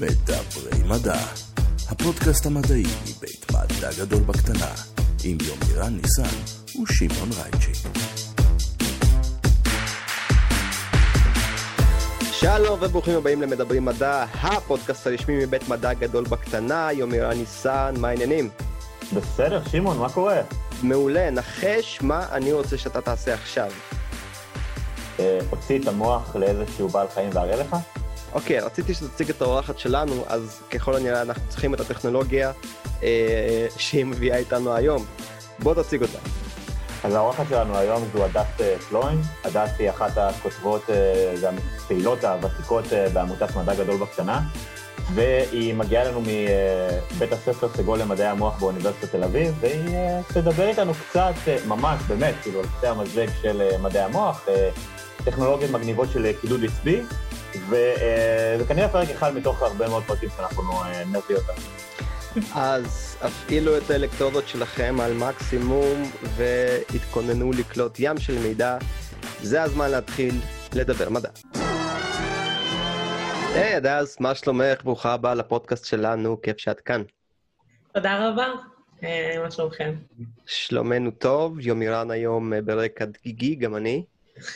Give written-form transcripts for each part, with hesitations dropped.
מדברי מדע, הפודקאסט המדעי מבית מדע גדול בקטנה, עם יומירן ניסן ושמעון רייצ'י. שלום וברוכים הבאים למדברי מדע, הפודקאסט הרשמי מבית מדע גדול בקטנה. יומירן ניסן, מה העניינים? בסדר, שמעון, מה קורה? מעולה, נחש מה אני רוצה שאתה תעשה עכשיו. הוציא את המוח לאיזשהו בעל חיים והראה לך? אוקיי, רציתי שתציג את האורחת שלנו, אז ככל הנראה אנחנו צריכים את הטכנולוגיה שהיא מביאה איתנו היום. בוא תציג אותה. אז האורחת שלנו היום זו הדס פלוין. הדס היא אחת הכותבות והפעילות הוותיקות בעמותת מדע גדול בקטנה, והיא מגיעה לנו מבית הספר סגול למדעי המוח באוניברסיטת תל אביב, והיא תדבר איתנו קצת, ממש, באמת, כאילו, על קצה המזלג של מדעי המוח, טכנולוגיות מגניבות של קידוד עצבי, וזה כנראה פרק אחד מתוך הרבה מאוד פרקים שאנחנו נביא אותם. אז הפעילו את האלקטרודות שלכם על מקסימום והתכוננו לקלוט ים של מידע. זה הזמן להתחיל לדבר מדע. היי הדס, מה שלומך? ברוכה הבאה לפודקאסט שלנו, כיף שאת כאן. תודה רבה, מה שלומכם? שלומנו טוב, יומירן היום ברקע דגיגי, גם אני.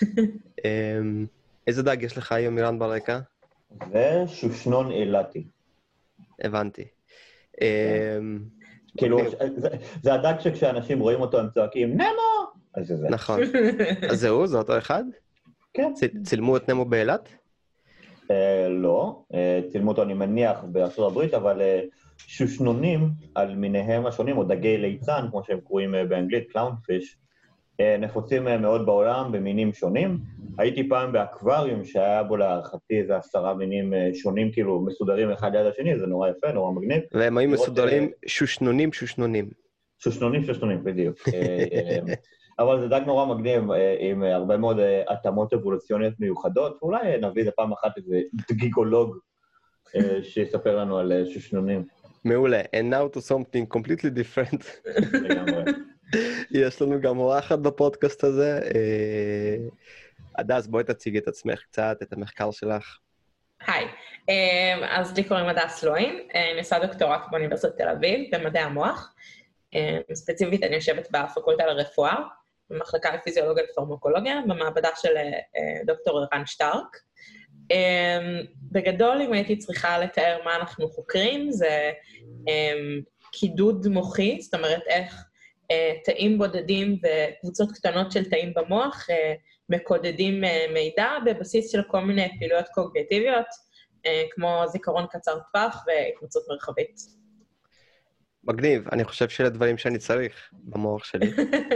איזה דג יש לך יומירן ברקע? זה שושנון אילתי. הבנתי. כאילו, זה הדג שכשאנשים רואים אותו הם צועקים, נמו! אז זה. נכון. אז זהו, זה אותו אחד? כן. צילמו את נמו באילת? לא, צילמו אותו אני מניח בארצות הברית, אבל שושנונים על מיניהם השונים, או דגי ליצן, כמו שהם קוראים באנגלית, קלאונפיש, נפוצים מאוד בעולם במינים שונים. הייתי פעם באקווריום שהיה בו להערכתי איזה 10 מינים שונים, כאילו מסודרים אחד ליד השני, זה נורא יפה, נורא מגניב. והם היו מסודרים שושנונים. שושנונים, בדיוק. אבל זה דג נורא מגניב, עם הרבה מאוד התאמות אבולוציוניות מיוחדות, ואולי נביא את פעם אחת איזה דגיגולוג שיספר לנו על שושנונים. מעולה. And now to something completely different. לגמרי. יש לנו גם אורחת בפודקאסט הזה. הדס, בואי תציג את עצמך קצת, את המחקר שלך. היי, אז לי קוראים הדס פלוין, אני עושה דוקטורט באוניברסיטת תל אביב, במדעי המוח. ספציפית אני יושבת בפקולטה לרפואה, במחלקה לפיזיולוגיה ופרמקולוגיה, במעבדה של דוקטור ערן שטרק. בגדול, אם הייתי צריכה לתאר מה אנחנו חוקרים, זה קידוד מוחי, זאת אומרת איך תאים בודדים וקבוצות קטנות של תאים במוח מקודדים מידע בבסיס של כל מיני פעילויות קוגניטיביות, כמו זיכרון קצר טווח והתמצאות מרחבית. מגניב, אני חושב שאלה דברים שאני צריך במוח שלי.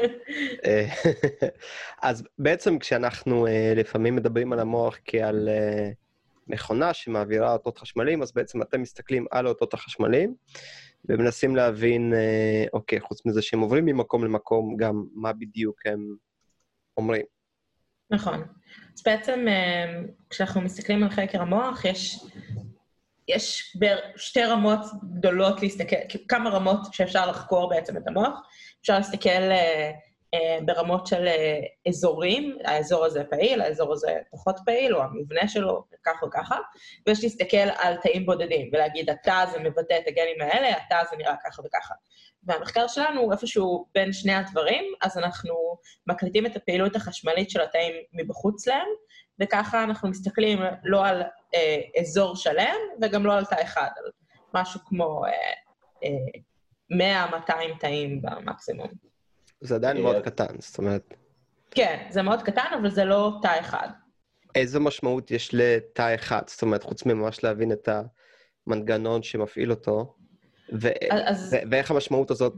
אז בעצם כשאנחנו לפעמים מדברים על המוח כעל מכונה שמעבירה אותות חשמליים, אז בעצם אתם מסתכלים על אותות החשמליים, ומנסים להבין, אוקיי, חוץ מזה שהם עוברים ממקום למקום, גם מה בדיוק הם אומרים. נכון. אז בעצם כשאנחנו מסתכלים על חקר המוח, יש שתי רמות גדולות להסתכל, כמה רמות שאפשר לחקור בעצם את המוח. אפשר להסתכל ברמות של אזורים, האזור הזה פעיל, האזור הזה פחות פעיל, או המבנה שלו, ככה וככה, ויש להסתכל על תאים בודדים, ולהגיד, התא זה מבטא את הגנים האלה, התא זה נראה ככה וככה. והמחקר שלנו הוא איפשהו בין שני הדברים, אז אנחנו מקליטים את הפעילות החשמלית של התאים מבחוץ להם, וככה אנחנו מסתכלים לא על אזור שלם, וגם לא על תא אחד, על משהו כמו 100-200 תאים במקסימום. זה עדיין מאוד קטן, זאת אומרת. כן, זה מאוד קטן, אבל זה לא תא אחד. איזו משמעות יש לתא אחד? זאת אומרת, חוץ ממש להבין את המנגנון שמפעיל אותו, ואיך המשמעות הזאת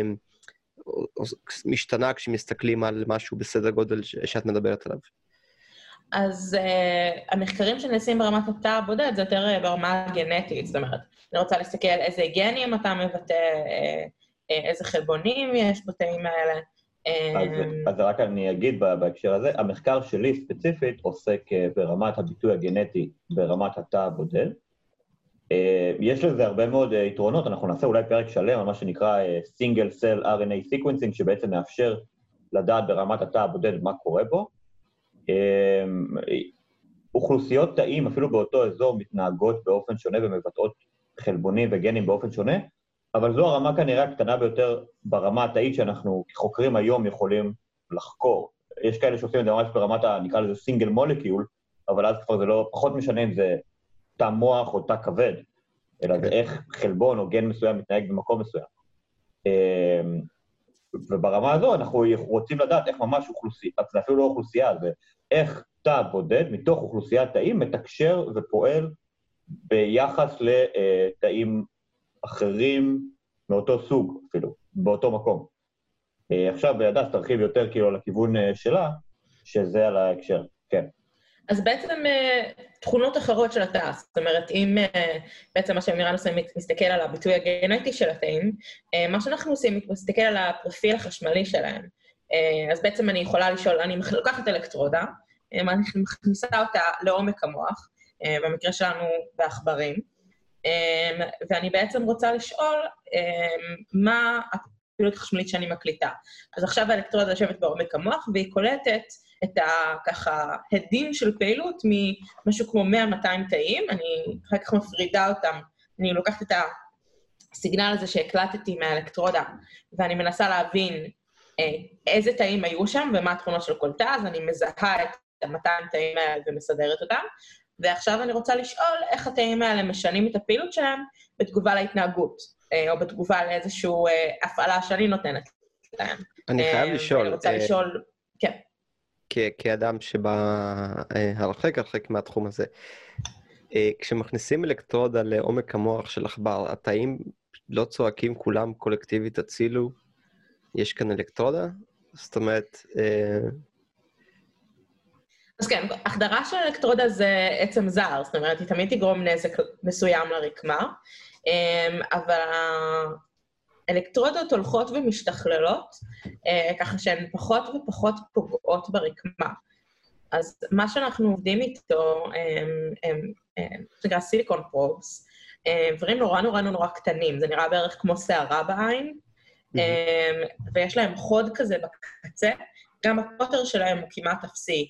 משתנה כשמסתכלים על משהו בסדר גודל שאת מדברת עליו? אז המחקרים שנעשים ברמת התא הבודד זה יותר ברמה הגנטית, זאת אומרת, אני רוצה להסתכל איזה גנים אתה מבטא, איזה חלבונים יש בתאים האלה. אז רק אני אגיד בהקשר הזה, המחקר שלי ספציפית עוסק ברמת הביטוי הגנטי ברמת התא הבודד. יש לזה הרבה מאוד יתרונות, אנחנו נעשה אולי פרק שלם על מה שנקרא Single Cell RNA Sequencing, שבעצם מאפשר לדעת ברמת התא הבודד מה קורה בו. אוכלוסיות תאים, אפילו באותו אזור, מתנהגות באופן שונה ומבטאות חלבונים וגנים באופן שונה, אבל זו הרמה כנראה הקטנה ביותר ברמה התאית שאנחנו כחוקרים היום יכולים לחקור. יש כאלה שעושים את זה ממש ברמת, נקרא לזה סינגל מולקיול, אבל אז כבר זה לא, פחות משנה אם זה תא מוח או תא כבד, אלא זה איך חלבון או גן מסוים מתנהג במקום מסוים. וברמה הזו אנחנו רוצים לדעת איך ממש אוכלוסייה, זה אפילו לא אוכלוסייה, זה איך תא בודד מתוך אוכלוסיית תאים מתקשר ופועל ביחס לתאים אחרים מאותו סוג אפילו, באותו מקום. עכשיו בידע תרחיב יותר כאילו לכיוון שלה, שזה על ההקשר, כן. אז בעצם תכונות אחרות של התא, זאת אומרת, אם בעצם מה שמירן עושה מסתכל על הביטוי הגנטי של התאים, מה שאנחנו עושים, מסתכל על הפרופיל החשמלי שלהם. אז בעצם אני יכולה לשאול, אני לוקחת אלקטרודה, אני מכניסה אותה לעומק המוח, במקרה שלנו בעכברים, ואני בעצם רוצה לשאול מה הפעילות החשמלית שאני מקליטה. אז עכשיו האלקטרודה יושבת בעומק המוח, והיא קולטת את ככה הדים של פעילות ממשהו כמו 100-200 תאים, אני אחר כך מפרידה אותם, אני לוקחת את הסיגנל הזה שהקלטתי מהאלקטרודה, ואני מנסה להבין איזה תאים היו שם ומה התכונות של כל תא, אז אני מזהה את ה-200 תאים האלה ומסדרת אותם, ועכשיו אני רוצה לשאול איך התאים האלה משנים את הפעילות שלהם בתגובה להתנהגות, או בתגובה לאיזושהי הפעלה שאני נותנת להם. אני חייב לשאול. אני רוצה לשאול, כן. כאדם שבא הרחק מהתחום הזה, כשמכניסים אלקטרודה לעומק המוח של עכבר, התאים לא צועקים כולם קולקטיבית הצילו, יש כאן אלקטרודה? זאת אומרת... אז כן, החדרה של אלקטרודה זה עצם זר, זאת אומרת, היא תמיד תגרום נזק מסוים לרקמה, אבל האלקטרודות הולכות ומשתכללות, ככה שהן פחות ופחות פוגעות ברקמה. אז מה שאנחנו עובדים איתו, זה נקרא סיליקון פרובס, דברים נורא קטנים, זה נראה בערך כמו שערה בעין, ויש להם חוד כזה בקצה, גם הקוטר שלהם הוא כמעט אפסי.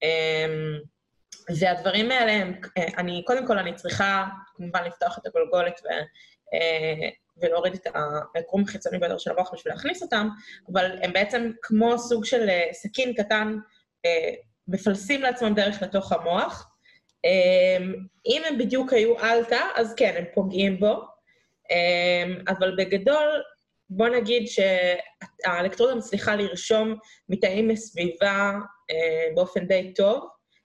והדברים האלה, קודם כל אני צריכה כמובן לפתוח את הגולגולת ולהוריד את הקרום החיצוני ביותר של המוח בשביל להכניס אותם, אבל הם בעצם כמו סוג של סכין קטן, מפלסים לעצמם דרך לתוך המוח. אם הם בדיוק היו על תא, אז כן, הם פוגעים בו, אבל בגדול, בוא נגיד שהאלקטרודה מצליחה לרשום מתאים מסביבה באופן די טוב.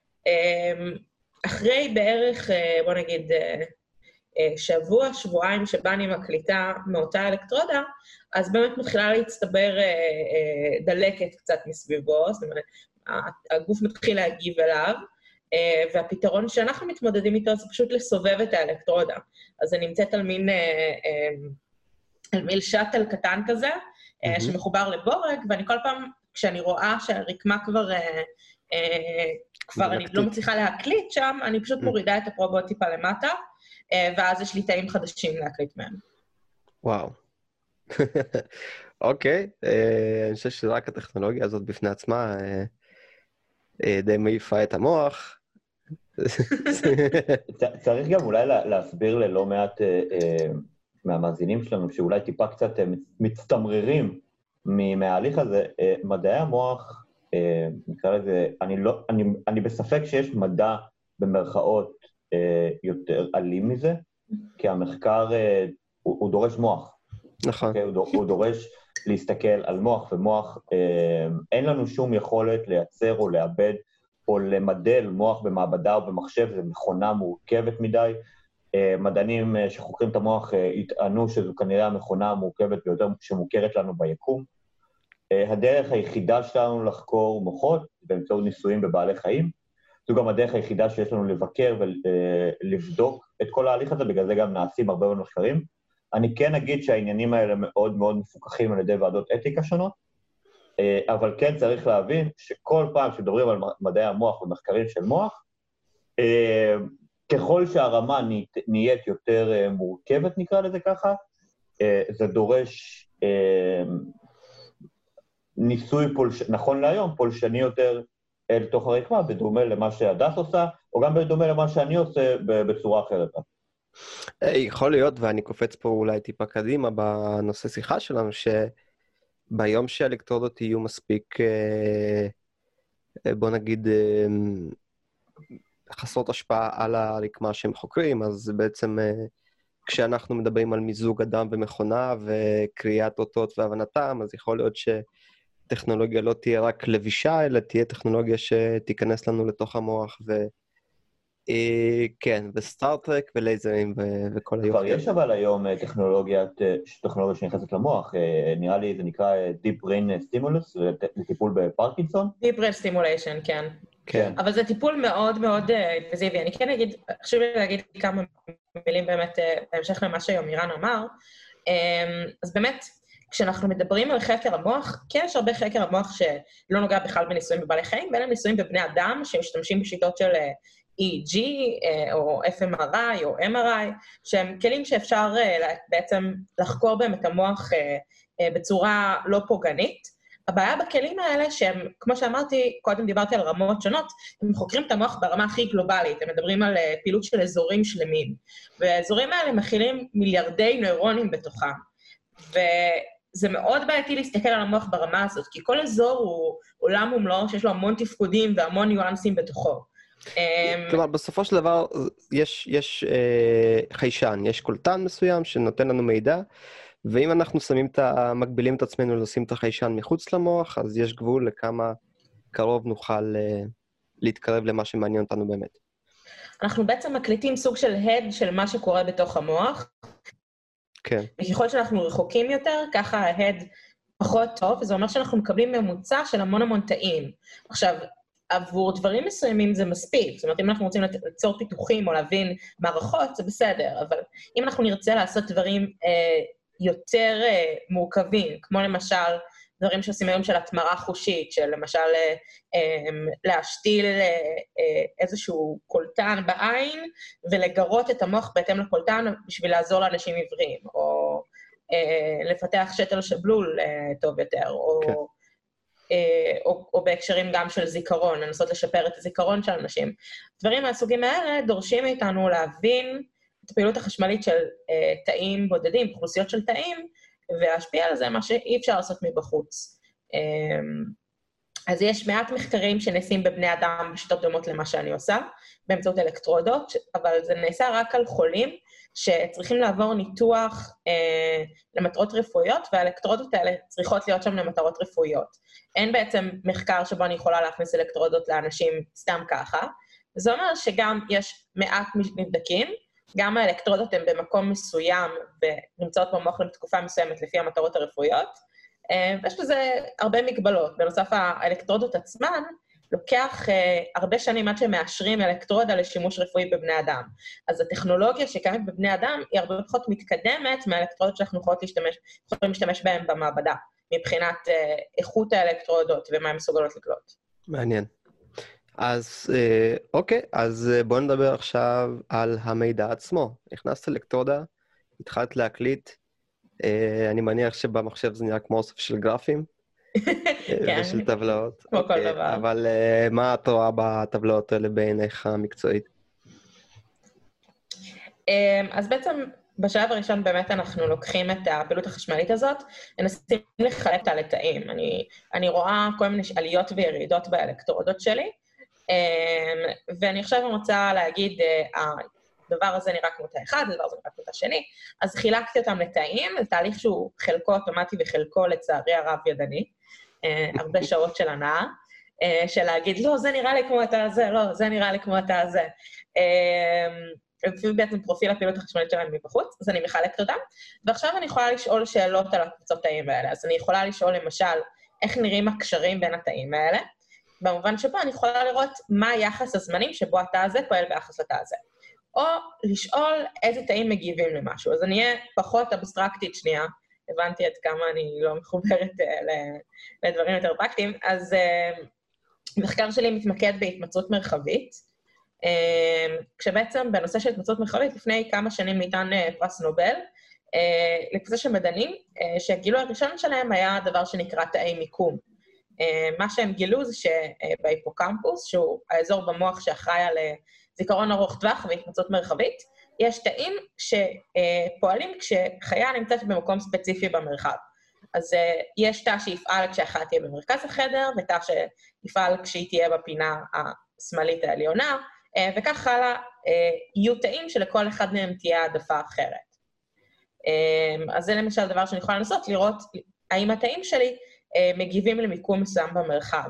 אחרי בערך, בוא נגיד, שבוע, שבועיים שבה אני מקליטה מאותה אלקטרודה, אז באמת מתחילה להצטבר דלקת קצת מסביבו, זאת אומרת, הגוף מתחיל להגיב אליו, והפתרון שאנחנו מתמודדים איתו זה פשוט לסובב את האלקטרודה. אז אני נמצאת על מין שאטל קטן כזה, שמחובר לבורג, ואני כל פעם, כשאני רואה שהרקמה כבר אני לא מצליחה להקליט שם, אני פשוט מורידה את הפרובות טיפה למטה, ואז יש לי תאים חדשים להקליט מהם. וואו. אוקיי, אני חושב שרק הטכנולוגיה הזאת בפני עצמה די מעיפה את המוח. צריך גם אולי להסביר ללא מעט מהמאזינים שלנו, שאולי טיפה קצת מצטמררים מההליך הזה, מדעי המוח, נקרא לזה, אני בספק שיש מדע במרכאות יותר אלים מזה, כי המחקר הוא דורש מוח. נכון. הוא דורש להסתכל על מוח, ומוח, אין לנו שום יכולת לייצר או לאבד או למדל מוח במעבדה או במחשב, זו מכונה מורכבת מדי. מדענים שחוקרים את המוח יטענו שזו כנראה המכונה המורכבת ביותר שמוכרת לנו ביקום. הדרך היחידה שלנו לחקור מוחות, באמצעות ניסויים בבעלי חיים, זו גם הדרך היחידה שיש לנו לבקר ולבדוק את כל ההליך הזה, בגלל זה גם נעשים הרבה מאוד מחקרים. אני כן אגיד שהעניינים האלה מאוד מאוד מפוקחים על ידי ועדות אתיקה שונות, אבל כן צריך להבין שכל פעם שמדברים על מדעי המוח ומחקרים של מוח, ככל שהרמה נהיית יותר מורכבת, נקרא לזה ככה, זה דורש ניסוי נכון להיום, פולשני יותר אל תוך הרקמה, בדומה למה שהדס עושה, או גם בדומה למה שאני עושה בצורה אחרת. יכול להיות, ואני קופץ פה אולי טיפה קדימה בנושא שיחה שלנו, שביום שהאלקטרודות יהיו מספיק, בוא נגיד, חסרות השפעה על הרקמה שהם חוקרים, אז בעצם כשאנחנו מדברים על מיזוג אדם ומכונה וקריאת אותות והבנתם, אז יכול להיות שטכנולוגיה לא תהיה רק לבישה, אלא תהיה טכנולוגיה שתיכנס לנו לתוך המוח כן, וסטארטרק ולייזרים וכל היופי. כבר יש אבל היום טכנולוגיה שנכנסת למוח, נראה לי זה נקרא Deep Brain Stimulus, לטיפול בפרקינסון. Deep Brain Stimulation, כן. כן. אבל זה טיפול מאוד מאוד אינטנסיבי. אני כן אגיד, חשוב לי להגיד כמה מילים באמת בהמשך למה שיומירן אמר. אז באמת, כשאנחנו מדברים על חקר המוח, כן יש הרבה חקר המוח שלא נוגע בכלל בניסויים בבעלי חיים, בין ניסויים בבני אדם שמשתמשים בשיטות של EEG או FMRI או MRI, שהם כלים שאפשר בעצם לחקור בהם את המוח בצורה לא פוגענית. הבעיה בכלים האלה שהם, כמו שאמרתי, קודם דיברתי על רמות שונות, הם חוקרים את המוח ברמה הכי גלובלית, הם מדברים על פעילות של אזורים שלמים, והאזורים האלה מכילים מיליארדי נוירונים בתוכם, וזה מאוד בעייתי להסתכל על המוח ברמה הזאת, כי כל אזור הוא עולם ומלואו שיש לו המון תפקודים והמון ניואנסים בתוכו. כלומר, בסופו של דבר יש חיישן, יש קולטן מסוים שנותן לנו מידע, ואם אנחנו מגבילים את עצמנו לשים את החיישן מחוץ למוח, אז יש גבול לכמה קרוב נוכל להתקרב למה שמעניין אותנו באמת. אנחנו בעצם מקליטים סוג של הד של מה שקורה בתוך המוח. כן. וככל שאנחנו רחוקים יותר, ככה ההד פחות טוב, וזה אומר שאנחנו מקבלים ממוצע של המון המון תאים. עכשיו, עבור דברים מסוימים זה מספיק, זאת אומרת, אם אנחנו רוצים ליצור פיתוחים או להבין מערכות, זה בסדר, אבל אם אנחנו נרצה לעשות דברים יותר מורכבים, כמו למשל דברים שעושים היום של התמרה חושית, של למשל להשתיל איזשהו קולטן בעין, ולגרות את המוח בהתאם לקולטן בשביל לעזור לאנשים עיוורים, או לפתח שתל שבלול טוב יותר, או בהקשרים גם של זיכרון, לנסות לשפר את הזיכרון של אנשים. דברים מהסוגים האלה דורשים מאיתנו להבין את הפעילות החשמלית של תאים בודדים, אוכלוסיות של תאים, ולהשפיע על זה מה שאי אפשר לעשות מבחוץ. אז יש מעט מחקרים שנעשים בבני אדם בשיטות דומות למה שאני עושה, באמצעות אלקטרודות, אבל זה נעשה רק על חולים שצריכים לעבור ניתוח למטרות רפואיות, והאלקטרודות האלה צריכות להיות שם למטרות רפואיות. אין בעצם מחקר שבו אני יכולה להכניס אלקטרודות לאנשים סתם ככה, וזה אומר שגם יש מעט נבדקים, גם האלקטרודות הן במקום מסוים ונמצאות במוח לתקופה מסוימת לפי המטרות הרפואיות, ויש לזה הרבה מגבלות. בנוסף, האלקטרודות עצמן לוקח הרבה שנים עד שמאשרים אלקטרודה לשימוש רפואי בבני אדם. אז הטכנולוגיה שקיימת בבני אדם היא הרבה פחות מתקדמת מהאלקטרודות שאנחנו יכולים להשתמש בהן במעבדה, מבחינת איכות האלקטרודות ומה הן מסוגלות לקלוט. מעניין. אז אוקיי, אז בואו נדבר עכשיו על המידע עצמו. הכנסת אלקטרודה, התחלת להקליט, אני מניח שבמחשב זה נראה כמו אוסף של גרפים, ושל טבלאות. כמו כל דבר. אבל מה את רואה בטבלאות האלה בעיניך המקצועית? אז בעצם בשלב הראשון באמת אנחנו לוקחים את הפעילות החשמלית הזאת, ונסים לחלק אותה לתאים. אני רואה כל מיני עליות וירידות באלקטרודות שלי, ואני עכשיו רוצה להגיד, הדבר הזה נראה כמו תא אחד, הדבר הזה נראה כמו תא שני, אז חילקתי אותם לתאים, זה תהליך שהוא חלקו אוטומטי וחלקו לצערי הרב ידני, הרבה שעות של הנאה, של להגיד, לא, זה נראה לי כמו התא הזה, לא, זה נראה לי כמו התא הזה. לפי בעצם פרופיל הפעילות החשמלית שלהם מבחוץ, אז אני מחלקת אותם, ועכשיו אני יכולה לשאול שאלות על הקבוצות תאים האלה, אז אני יכולה לשאול למשל, איך נראים הקשרים בין התאים האלה, במובן שבו אני יכולה לראות מה יחס הזמנים שבו התא הזה פועל ביחס לתא הזה. או לשאול איזה תאים מגיבים למשהו. אז אני אהיה פחות אבסטרקטית שנייה, הבנתי עד כמה אני לא מחוברת לדברים יותר פרקטיים, אז מחקר שלי מתמקד בהתמצאות מרחבית, כשבעצם בנושא של התמצאות מרחבית, לפני כמה שנים ניתן פרס נובל, לקבוצה של מדענים, שהגילוי הראשון שלהם היה דבר שנקרא תאי מיקום. מה שהם גילו זה שבהיפוקמפוס, שהוא האזור במוח שאחראי על זיכרון ארוך טווח והתמצאות מרחבית, יש תאים שפועלים כשחיה נמצאת במקום ספציפי במרחב. אז יש תא שיפעל כשהחיה תהיה במרכז החדר, ותא שיפעל כשהיא תהיה בפינה השמאלית העליונה, וכך הלאה יהיו תאים שלכל אחד מהם תהיה העדפה אחרת. אז זה למשל דבר שאני יכולה לנסות, לראות האם התאים שלי מגיבים למיקום מסוים במרחב.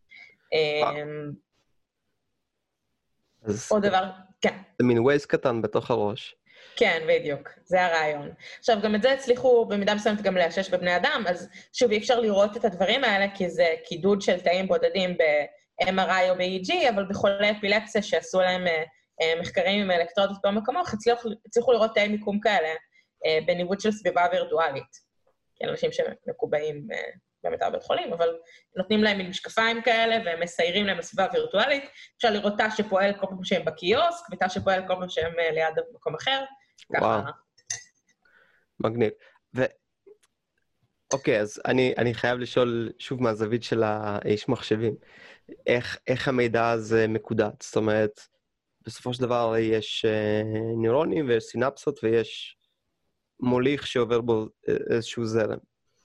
עוד דבר, כן. זה מין ווייז קטן בתוך הראש. כן, בדיוק, זה הרעיון. עכשיו, גם את זה הצליחו במידה מסוימת גם לאשש בבני אדם, אז שוב, אי אפשר לראות את הדברים האלה, כי זה קידוד של תאים בודדים ב-MRI או ב-EEG, אבל בחולי אפילפסיה שעשו להם מחקרים עם אלקטרודות בעומק המוח, הצליחו לראות תאי מיקום כאלה בניווט של סביבה וירטואלית. כן, אנשים שמקובעים באמת בבית חולים, אבל נותנים להם משקפיים כאלה, והם מסיירים להם בסביבה וירטואלית. אפשר לראות תא שפועל כל פעם שהם בקיוסק, ותא שפועל כל פעם שהם ליד מקום אחר. וואו. מגניב. אוקיי, אז אני חייב לשאול שוב מהזווית של האיש מחשבים. איך המידע הזה מקודד? זאת אומרת, בסופו של דבר יש נוירונים ויש סינפסות ויש מוליך שעובר בו איזשהו זרם.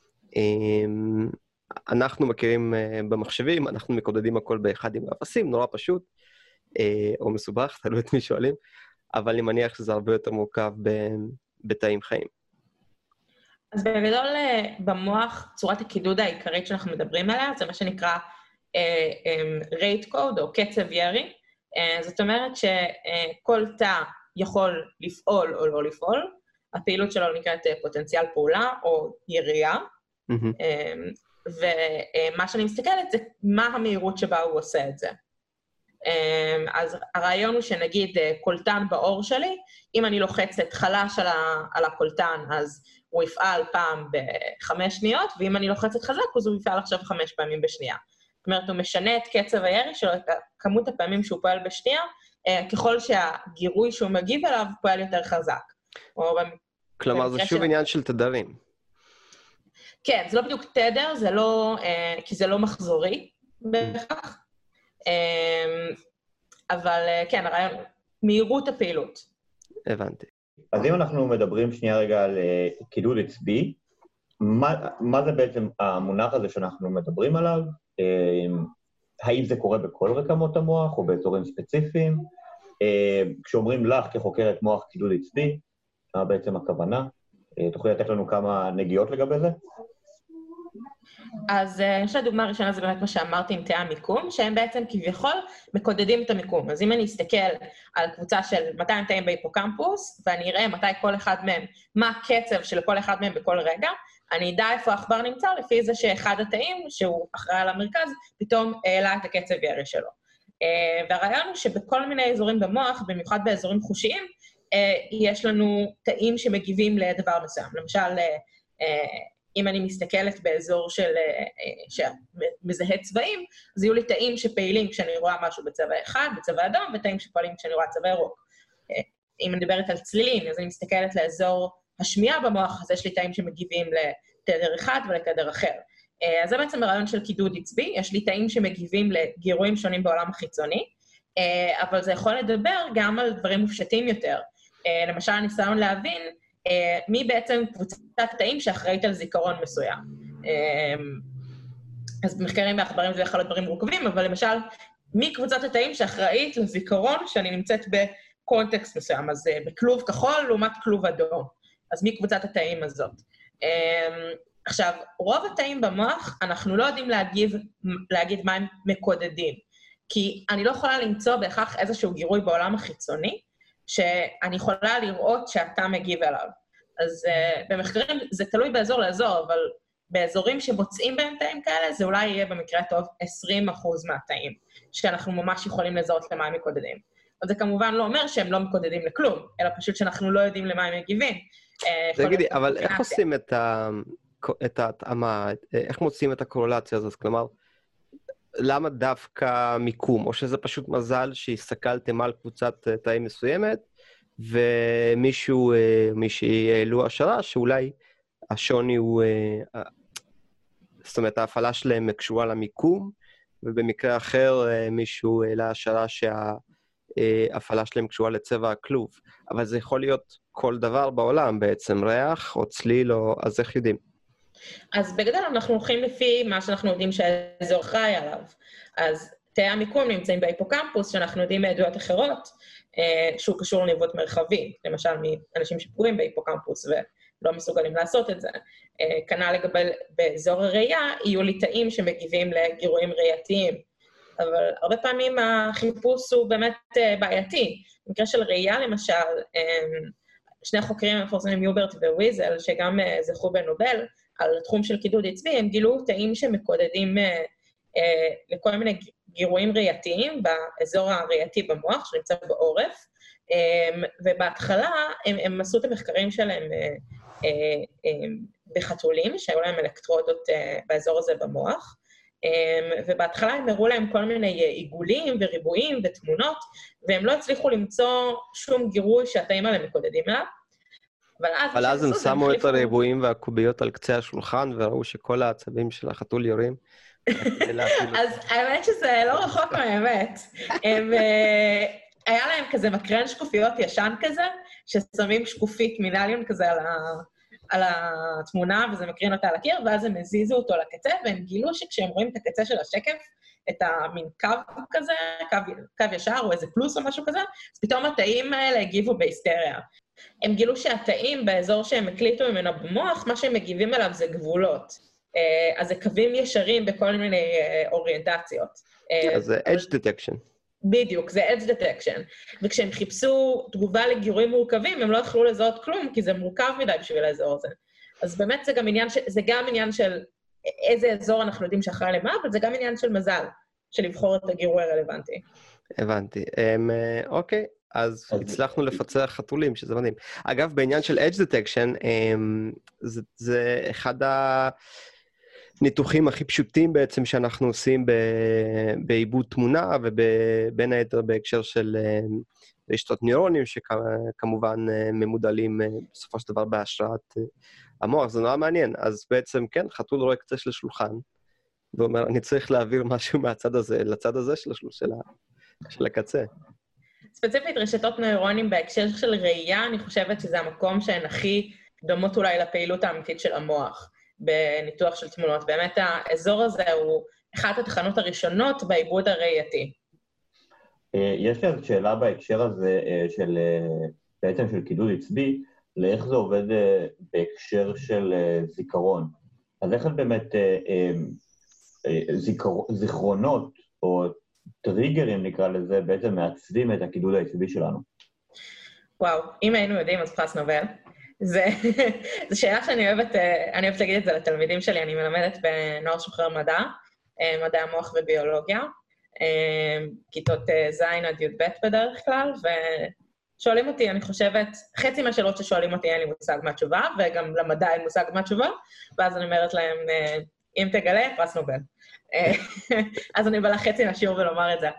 אנחנו מכירים במחשבים, אנחנו מקודדים הכל באחד עם אפסים, נורא פשוט, או מסובך, תלוי את מי שואלים, אבל אני מניח שזה הרבה יותר מורכב בתאים חיים. אז בגדול במוח, צורת הקידוד העיקרית שאנחנו מדברים עליה, זה מה שנקרא rate code או קצב ירי. זאת אומרת שכל תא יכול לפעול או לא לפעול, הפעילות שלו נקראת פוטנציאל פעולה או ירייה, ומה שאני מסתכלת זה מה המהירות שבה הוא עושה את זה. אז הרעיון הוא שנגיד קולטן באור שלי, אם אני לוחצת חלש על הקולטן, אז הוא יפעל פעם ב5 שניות, ואם אני לוחצת חזק, אז הוא יפעל עכשיו 5 פעמים בשנייה. זאת אומרת, הוא משנה את קצב הירי שלו, את כמות הפעמים שהוא פועל בשנייה, ככל שהגירוי שהוא מגיב אליו פועל יותר חזק. כלומר, זה שוב עניין של תדרים. כן, זה לא בדיוק תדר, זה לא, כי זה לא מחזורי בכך, אבל כן, הרעיון, מהירות הפעילות. הבנתי. אז אם אנחנו מדברים שנייה רגע על קידוד עצבי, מה זה בעצם המונח הזה שאנחנו מדברים עליו? האם זה קורה בכל רקמות המוח או באזורים ספציפיים? כשאומרים לך כחוקרת מוח קידוד עצבי, מה בעצם הכוונה? תוכלי לתת לנו כמה נגיעות לגבי זה? אז אני חושבת הדוגמה הראשונה זה באמת מה שאמרתי עם תאי המיקום, שהם בעצם כביכול מקודדים את המיקום. אז אם אני אסתכל על קבוצה של 200 תאים בהיפוקמפוס, ואני אראה מתי כל אחד מהם, מה הקצב של כל אחד מהם בכל רגע, אני אדע איפה העכבר נמצא, לפי זה שאחד התאים, שהוא אחראי על המרכז, פתאום העלה את הקצב ירי שלו. והרעיון הוא שבכל מיני אזורים במוח, במיוחד באזורים חושיים, יש לנו תאים שמגיבים לדבר מסוים. למשל, אם אני מסתכלת באזור שמזהה צבעים, אז יהיו לי תאים שפעילים כשאני רואה משהו בצבע אחד, בצבע אדום, ותאים שפועלים כשאני רואה צבע ירוק. אם אני מדברת על צלילים, אז אני מסתכלת לאזור השמיעה במוח, אז יש לי תאים שמגיבים לתדר אחד ולתדר אחר. אז זה בעצם הרעיון של קידוד עצבי, יש לי תאים שמגיבים לגירויים שונים בעולם החיצוני, אבל זה יכול לדבר גם על דברים מופשטים יותר. למשל, ניסיון להבין מי בעצם קבוצת תאים שאחראית על זיכרון מסוים. אז במחקרים בעכברים זה יכול להיות דברים מורכבים, אבל למשל, מי קבוצת התאים שאחראית לזיכרון שאני נמצאת בקונטקסט מסוים, אז בכלוב כחול לעומת כלוב אדום. אז מי קבוצת התאים הזאת? עכשיו, רוב התאים במוח, אנחנו לא יודעים להגיד מה הם מקודדים, כי אני לא יכולה למצוא בהכרח איזשהו גירוי בעולם החיצוני, שאני יכולה לראות שאתה מגיב אליו. אז במחקרים זה תלוי באזור לאזור, אבל באזורים שמוצאים בהם תאים כאלה, זה אולי יהיה במקרה טוב 20% מהתאים, שאנחנו ממש יכולים לזהות למה הם מקודדים. אבל זה כמובן לא אומר שהם לא מקודדים לכלום, אלא פשוט שאנחנו לא יודעים למה הם מגיבים. תגידי, אבל איך עושים את ההתאמה, איך מוצאים את הקורלציה הזאת? כלומר, למה דווקא מיקום? או שזה פשוט מזל שהסתכלתם על קבוצת תאים מסוימת, מישהי העלו השערה, שאולי השוני הוא, זאת אומרת, ההפעלה שלהם קשורה למיקום, ובמקרה אחר מישהו העלה השערה הפעלה שלהם קשורה לצבע הכלוב, אבל זה יכול להיות כל דבר בעולם בעצם, ריח או צליל, אז איך יודעים? אז בגדול אנחנו הולכים לפי מה שאנחנו יודעים שהאזור חי עליו. אז תאי המיקום נמצאים בהיפוקמפוס, שאנחנו יודעים מעדויות אחרות, שהוא קשור לניווט מרחבי, למשל מאנשים שפגועים בהיפוקמפוס ולא מסוגלים לעשות את זה. כנ"ל לגבי באזור הראייה, יהיו לי תאים שמגיבים לגירויים ראייתיים, אבל הרבה פעמים החיפוש הוא באמת בעייתי. במקרה של ראייה למשל, שני החוקרים המפורסמים יוברט וויזל, שגם זכו בנובל, על התחום של קידוד עצבי, הם גילו תאים שמקודדים לכל מיני גירויים ראייתיים באזור הראייתי במוח, שנמצא בעורף, ובהתחלה הם עשו את המחקרים שלהם בחתולים, שהיו להם אלקטרודות באזור הזה במוח, ובהתחלה הם הראו להם כל מיני עיגולים וריבועים ותמונות, והם לא הצליחו למצוא שום גירוי שהתאים האלה מקודדים אליו. אבל אז הם שמו את הריבועים והקוביות על קצה השולחן, וראו שכל העצבים של החתול יורים. אז האמת שזה לא רחוק מהאמת. היה להם כזה מקרן שקופיות ישן כזה, ששמים שקופית מינליון כזה על התמונה, וזה מקרין אותה על הקיר, ואז הם הזיזו אותו לקצה, והם גילו שכשהם רואים את הקצה של השקף, את המין קו כזה, קו ישר, או איזה פלוס או משהו כזה, אז פתאום התאים האלה הגיבו בהיסטריה. הם גילו שהתאים באזור שהם הקליטו ממנו במוח, מה שהם מגיבים אליו זה גבולות. אז זה קווים ישרים בכל מיני אוריינטציות. אז זה edge detection. בדיוק, זה edge detection. וכשהם חיפשו תגובה לגירויים מורכבים, הם לא יכלו לזהות כלום, כי זה מורכב מדי בשביל האזור הזה. אז באמת זה גם עניין של איזה אזור אנחנו יודעים שאחראי למה, אבל זה גם עניין של מזל, של לבחור את הגירוי הרלוונטי. הבנתי. אוקיי. אז הצלחנו לפצח חתולים, שזה מדהים. אגב, בעניין של edge detection, זה אחד הניתוחים הכי פשוטים בעצם שאנחנו עושים בעיבוד תמונה, ובין היתר בהקשר של רשתות נוירונים, שכמובן ממודלים בסופו של דבר בהשראת המוח. זה נורא מעניין. אז בעצם, כן, חתול רואה קצה של השולחן, ואומר, אני צריך להעביר משהו מהצד הזה לצד הזה של הקצה. ספציפית, רשתות נוירונים בהקשר של ראייה, אני חושבת שזה המקום שהן הכי דומות אולי לפעילות האמיתית של המוח, בניתוח של תמונות. באמת האזור הזה הוא אחת התחנות הראשונות בעיבוד הראייתי. יש לי שאלה בהקשר הזה בעצם של קידוד עצבי, לאיך זה עובד בהקשר של זיכרון. אז איך באמת זיכרונות או טריגרים נקרא לזה, בעצם מעצבים את הקידוד העצבי שלנו. וואו, אם היינו יודעים, אז פרס נובל. זו שאלה שאני אוהבת להגיד את זה לתלמידים שלי, אני מלמדת בנוער שוחרר מדעי המוח וביולוגיה, כיתות ז' עד י"ב בדרך כלל, ושואלים אותי, אני חושבת, חצי מהשאלות ששואלים אותי אין לי מושג מה התשובה, וגם למדע אין מושג מה התשובה, ואז אני אומרת להם, אם תגלה, פרס נובל. אז אני בלה חצי מהשיעור ולומר את זה.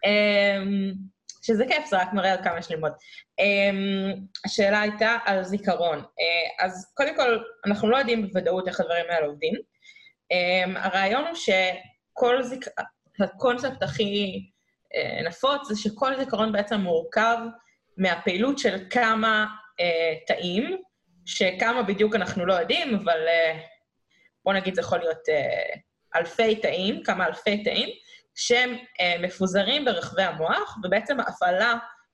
שזה כיף, זה רק מראה על כמה יש ללמוד. השאלה הייתה על זיכרון. אז קודם כל, אנחנו לא יודעים בוודאות איך הדברים האלה עובדים. הרעיון הוא הקונספט הכי נפוץ זה שכל זיכרון בעצם מורכב מהפעילות של כמה תאים, שכמה בדיוק אנחנו לא יודעים, אבל בוא נגיד זה יכול להיות אלפי תאים, כמה אלפי תאים, שהם מפוזרים ברחבי המוח, ובעצם ההפעלה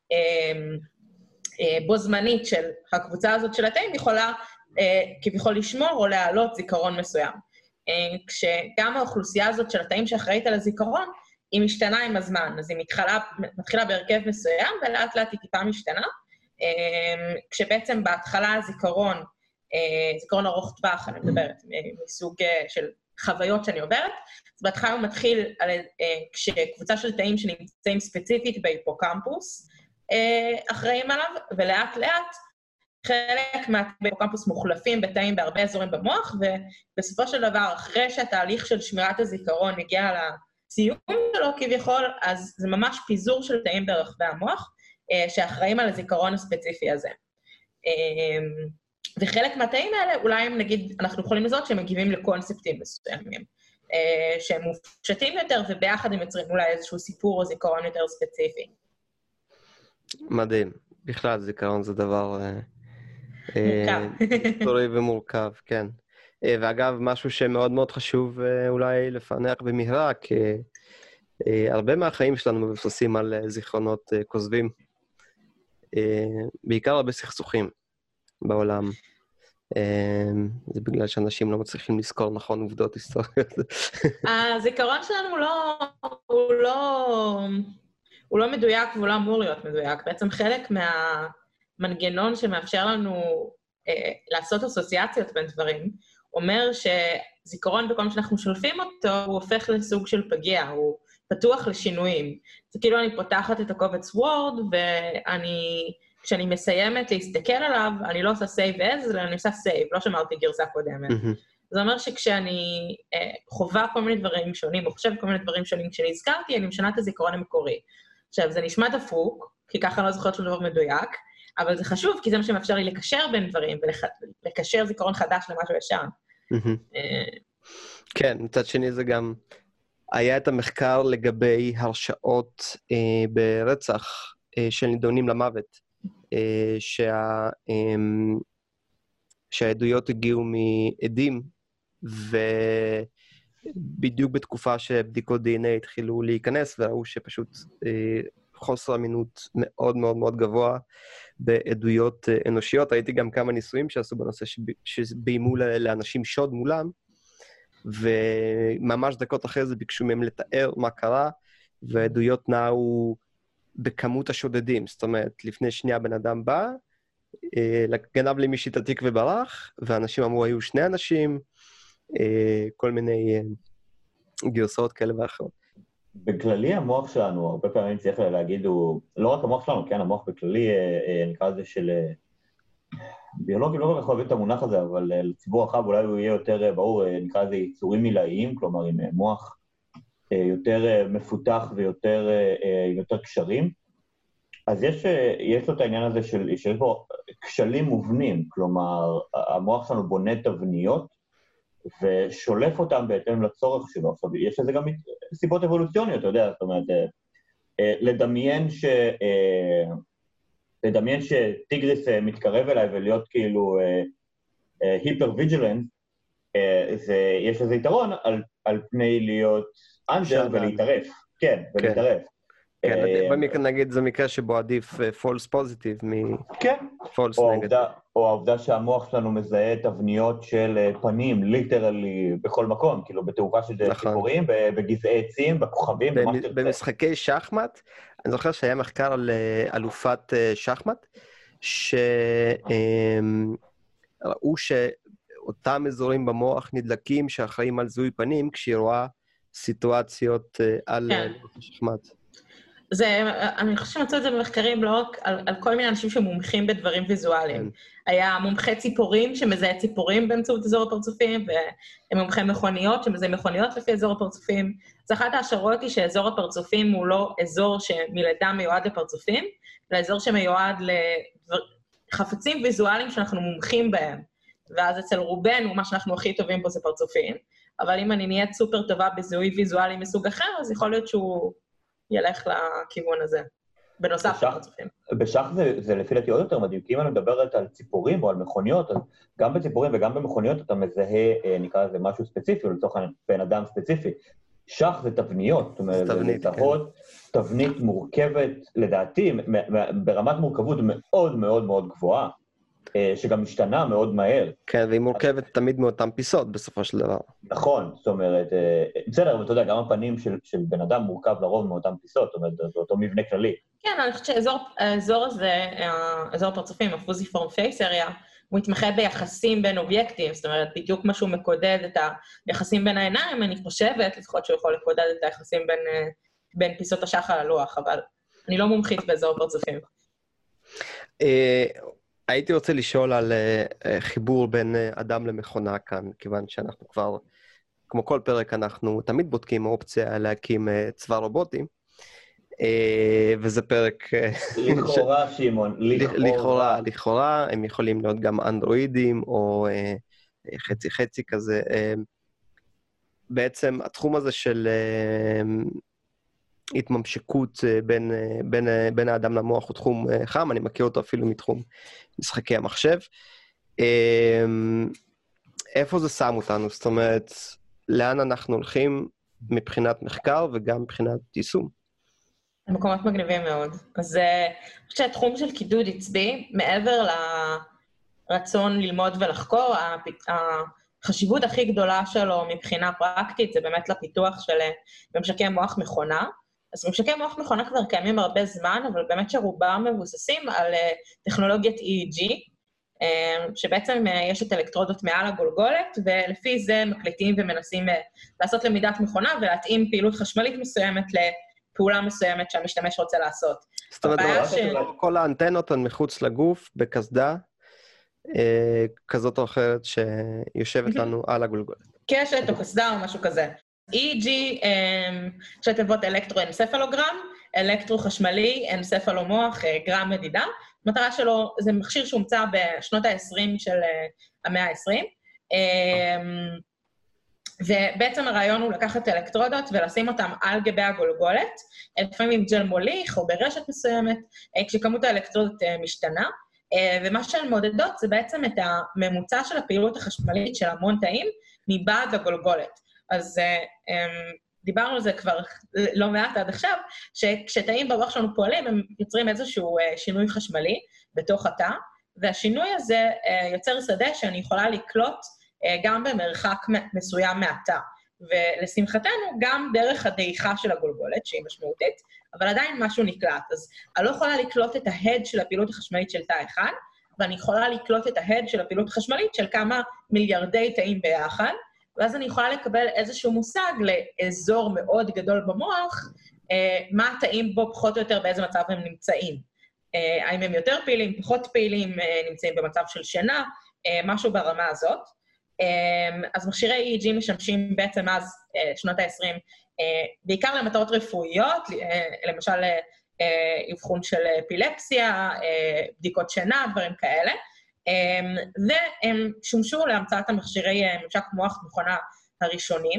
בו זמנית של הקבוצה הזאת של התאים יכולה כביכול לשמור או להעלות זיכרון מסוים. כשגם האוכלוסייה הזאת של התאים שאחראית על הזיכרון, היא משתנה עם הזמן, אז היא מתחילה בהרכב מסוים, ולאט לאט היא טיפה משתנה, כשבעצם בהתחלה הזיכרון, זיכרון ארוך טווח, אני מדברת, מסוג של חוויות שאני עוברת, אז בהתחלה הוא מתחיל כשקבוצה של תאים שנמצאים ספציפית בהיפוקמפוס, אחראים עליו, ולאט לאט חלק מההיפוקמפוס מוחלפים בתאים בהרבה אזורים במוח, ובסופו של דבר, אחרי שהתהליך של שמירת הזיכרון הגיע לסיום שלו כביכול, אז זה ממש פיזור של תאים ברחבי המוח, שאחראים על הזיכרון הספציפי הזה. וחלק מהתאים האלה, אולי נגיד, אנחנו יכולים לזהות שהם מגיבים לקונספטים מסוימים, שהם מופשטים יותר, וביחד הם יוצרים אולי איזשהו סיפור או זיכרון יותר ספציפי. מדהים. בכלל, זיכרון זה דבר היסטורי ומורכב, כן. ואגב, משהו שמאוד מאוד חשוב אולי לפענח במהרה, כי הרבה מהחיים שלנו מבוססים על זיכרונות כוזבים, בעיקר הרבה סכסוכים בעולם. זה בגלל שאנשים לא מצליחים לזכור נכון עובדות היסטוריות. הזיכרון שלנו הוא לא מדויק והוא לא אמור להיות מדויק. בעצם חלק מהמנגנון שמאפשר לנו לעשות אסוציאציות בין דברים, אומר שזיכרון בכל מה שאנחנו שולפים אותו, הוא הופך לסוג של פגיע, הוא פתוח לשינויים. זה כאילו אני פותחת את הקובץ וורד, כשאני מסיימת להסתכל עליו, אני לא עושה save as, אלא אני עושה save, לא שמרתי גרסה קודמת. זה אומר שכשאני חובה כל מיני דברים שונים, או חושבת כל מיני דברים שונים כשאני הזכרתי, אני משנה את הזיכרון המקורי. עכשיו, זה נשמע דפוק, כי ככה אני לא זוכרת שום דבר מדויק, אבל זה חשוב, כי זה מה שמאפשר לי לקשר בין דברים, ולקשר זיכרון חדש למשהו ישן. כן, מצד שני זה גם, היה את המחקר לגבי הרשעות ברצח של נידונים למוות, שהעדויות הגיעו מעדים, ובדיוק בתקופה שבדיקות DNA התחילו להיכנס, וראו שפשוט חוסר אמינות מאוד מאוד מאוד גבוה בעדויות אנושיות. ראיתי גם כמה ניסויים שעשו בנושא שביימו לאנשים שוד מולם, וממש דקות אחרי זה ביקשו מהם לתאר מה קרה, והעדויות נעו בכמות השודדים. זאת אומרת, לפני שנייה בן אדם בא, גנב למישהי את התיק וברח, ואנשים אמרו, היו שני אנשים, כל מיני גרסאות כאלה ואחרות. בכללי המוח שלנו, הרבה פעמים צריך להגיד, הוא לא רק המוח שלנו, כן, המוח בכללי, נקרא לזה של ביולוגים, לא כל כך אוהבים את המונח הזה, אבל לציבור הרחב אולי הוא יהיה יותר ברור, נקרא לזה יצורים מילאיים, כלומר עם מוח יותר מפותח ויותר עם יותר קשרים. אז יש לו את העניין הזה שיש בו כשלים מובנים, כלומר המוח שלנו בונה תבניות ושולף אותם בהתאם לצורך שלו. עכשיו, יש לזה גם סיבות אבולוציוניות, אתה יודע, זאת אומרת, לדמיין שטיגריס מתקרב אליי ולהיות כאילו היפר-ויג'ילנט, יש לזה יתרון על פני להיות אנדר ולהתערף. כן, ולהתערף. כן, במקרה נגיד זה מקרה שבו עדיף false positive מ-false negative. או העובדה שהמוח שלנו מזהה תבניות של פנים, ליטרלי בכל מקום, כאילו בתעופה של ציפורים, בגזעי עצים, בכוכבים, במה שתרצה. במשחקי שחמט, אני זוכר שהיה מחקר על אלופת שחמט, שראו שאותם אזורים במוח נדלקים שאחראים על זיהוי פנים, כשהיא רואה סיטואציות על שחמט. אני חושבת שמצאו את זה במחקרים לא רק על כל מיני אנשים שמומחים בדברים ויזואליים. היה מומחה ציפורים שמזהה ציפורים באמצעות אזור הפרצופים, ומומחה מכוניות שמזהה מכוניות לפי אזור הפרצופים. אז אחת ההשערות היא שאזור הפרצופים הוא לא אזור שמלידה מיועד לפרצופים, אלא אזור שמיועד לחפצים ויזואליים שאנחנו מומחים בהם. ואז אצל רובנו, מה שאנחנו הכי טובים בו זה פרצופים. אבל אם אני נהיית סופר טובה בזיהוי ויזואלי מסוג אחר, אז יכול להיות שהוא ילך לכיוון הזה, בנוסף לפרצופים. בשח זה לפי דעתי עוד יותר מדהים, כי אם אני מדברת על ציפורים או על מכוניות, אז גם בציפורים וגם במכוניות אתה מזהה, נקרא לזה משהו ספציפי, או לצורך בן אדם ספציפי. שח זה תבניות, זאת אומרת, זה לזהות תבנית מורכבת, לדעתי, ברמת מורכבות מאוד מאוד מאוד גבוהה, שגם משתנה מאוד מהר. כן, והיא מורכבת תמיד מאותם פיסות בסופו של דבר. נכון, זאת אומרת, בסדר, אבל אתה יודע, גם הפנים של בן אדם מורכב לרוב מאותם פיסות, זאת אומרת, זה אותו מבנה כללי. כן, אני חושבת שהאזור הזה, אזור הפרצופים, הפוזיפורם פייס אריה, הוא מתמחה ביחסים בין אובייקטים, זאת אומרת, בדיוק מה שהוא מקודד את היחסים בין העיניים, אני חושבת, לפחות שהוא יכול לקודד את היחסים בין פיסות השח על הלוח, אבל אני לא מומחית באזור הפרצופים. הייתי רוצה לשאול על חיבור בין אדם למכונה כאן, כיוון שאנחנו כבר, כמו כל פרק, אנחנו תמיד בודקים אופציה להקים צבא רובוטים, וזה פרק... לכאורה, שמעון, לכאורה, הם יכולים להיות גם אנדרואידים, או חצי כזה. בעצם התחום הזה של התממשקות בין האדם למוח הוא תחום חם, אני מכיר אותו אפילו מתחום משחקי המחשב. איפה זה שם אותנו? זאת אומרת, לאן אנחנו הולכים מבחינת מחקר וגם מבחינת יישום? מקומות מגניבים מאוד. אז אני חושבת שהתחום של קידוד עצבי, מעבר לרצון ללמוד ולחקור, החשיבות הכי גדולה שלו מבחינה פרקטית, זה באמת לפיתוח של ממשקי מוח מכונה. אז ממשקי מוח מכונה כבר קיימים הרבה זמן, אבל באמת שרובם מבוססים על טכנולוגיית EEG, שבעצם יש את אלקטרודות מעל הגולגולת, ולפי זה מקליטים ומנסים לעשות למידת מכונה, ולהתאים פעילות חשמלית מסוימת לפעולה מסוימת שהמשתמש רוצה לעשות. זאת אומרת, כל האנטנות הן מחוץ לגוף, בקסדה, כזאת או אחרת שיושבת לנו על הגולגולת. קשת או קסדה או משהו כזה. EEG, שתיבות אלקטרואנספלוגרם, אלקטרו-חשמלי, אנספלומוח, גרם מדידה. המטרה שלו, זה מכשיר שהומצא בשנות ה-20 של המאה ה-20, ובעצם הרעיון הוא לקחת אלקטרודות ולשים אותם על גבי הגולגולת, לפעמים עם ג'ל מוליך או ברשת מסוימת, כשכמות האלקטרודות משתנה, ומה שהן מודדות זה בעצם את הממוצע של הפעילות החשמלית של המון תאים מבעד הגולגולת. אז דיברנו על זה כבר לא מעט עד עכשיו, שכשתאים במוח שלנו פועלים, הם יוצרים איזשהו שינוי חשמלי בתוך התא, והשינוי הזה יוצר שדה שאני יכולה לקלוט גם במרחק מסוים מהתא. ולשמחתנו, גם דרך הדעיכה של הגולגולת, שהיא משמעותית, אבל עדיין משהו נקלט. אז אני לא יכולה לקלוט את ההד של הפעילות החשמלית של תא אחד, ואני יכולה לקלוט את ההד של הפעילות החשמלית של כמה מיליארדי תאים ביחד, ואז אני יכולה לקבל איזשהו מושג לאזור מאוד גדול במוח, מה התאים בו פחות או יותר באיזה מצב הם נמצאים. האם הם יותר פעילים, פחות פעילים, נמצאים במצב של שינה, משהו ברמה הזאת. אז מכשירי EEG משמשים בעצם אז שנות ה-20, בעיקר למטרות רפואיות, למשל אבחון של אפילפסיה, בדיקות שינה, דברים כאלה, והם שמשו להמצאת המכשירי ממשק מוח מכונה הראשונים.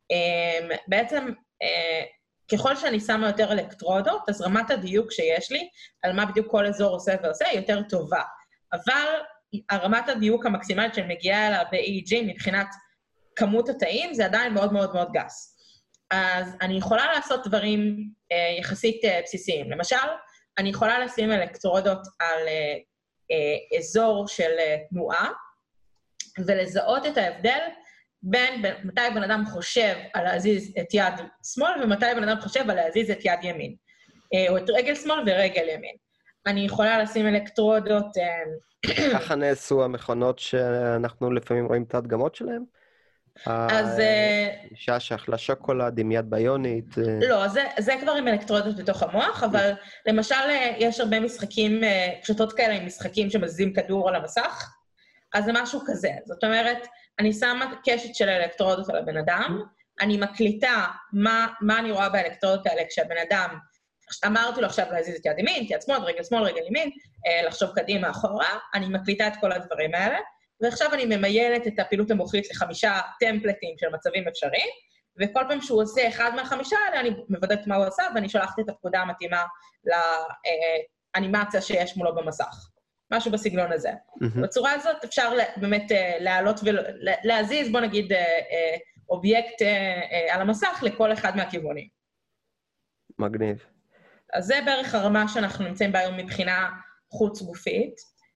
בעצם, ככל שאני שמה יותר אלקטרודות, אז רמת הדיוק שיש לי, על מה בדיוק כל אזור עושה ועושה, היא יותר טובה. אבל הרמת הדיוק המקסימלית שמגיעה אליה ב-EEG מבחינת כמות התאים, זה עדיין מאוד מאוד מאוד גס. אז אני יכולה לעשות דברים יחסית בסיסיים. למשל, אני יכולה לשים אלקטרודות על אזור של תנועה, ולזהות את ההבדל בין מתי בן אדם חושב על להזיז את יד שמאל, ומתי בן אדם חושב על להזיז את יד ימין, או את רגל שמאל ורגל ימין. אני יכולה לשים אלקטרודות... ככה נעשו המכונות שאנחנו לפעמים רואים את ההדגמות שלהם? אז... אישה שאכלה שוקולד עם יד ביונית. לא, זה כבר עם אלקטרודות בתוך המוח, אבל למשל יש הרבה משחקים, קשתות כאלה עם משחקים שמזיזים כדור על המסך, אז זה משהו כזה. זאת אומרת, אני שמה קשת של אלקטרודות על הבן אדם, אני מקליטה מה אני רואה באלקטרודות האלה כשהבן אדם, אמרתי לו עכשיו להזיז את יד ימין, יד שמאל, רגל ימין, לחשוב קדימה, אחורה, אני מקליטה את כל הדברים האלה, ועכשיו אני ממיילת את הפעילות המוחית ל5 טמפלטים של מצבים אפשריים, וכל פעם שהוא עושה אחד מה5 האלה, אני מבדקת מה הוא עשה, ואני שולחת את הפקודה המתאימה לאנימציה שיש מולו במסך. משהו בסגנון הזה. בצורה הזאת אפשר באמת לעלות ולהזיז, בוא נגיד, אובייקט על המסך לכל אחד מהכיוונים. מגניב. אז זה בערך הרמה שאנחנו נמצאים בה היום מבחינה חוץ גופית.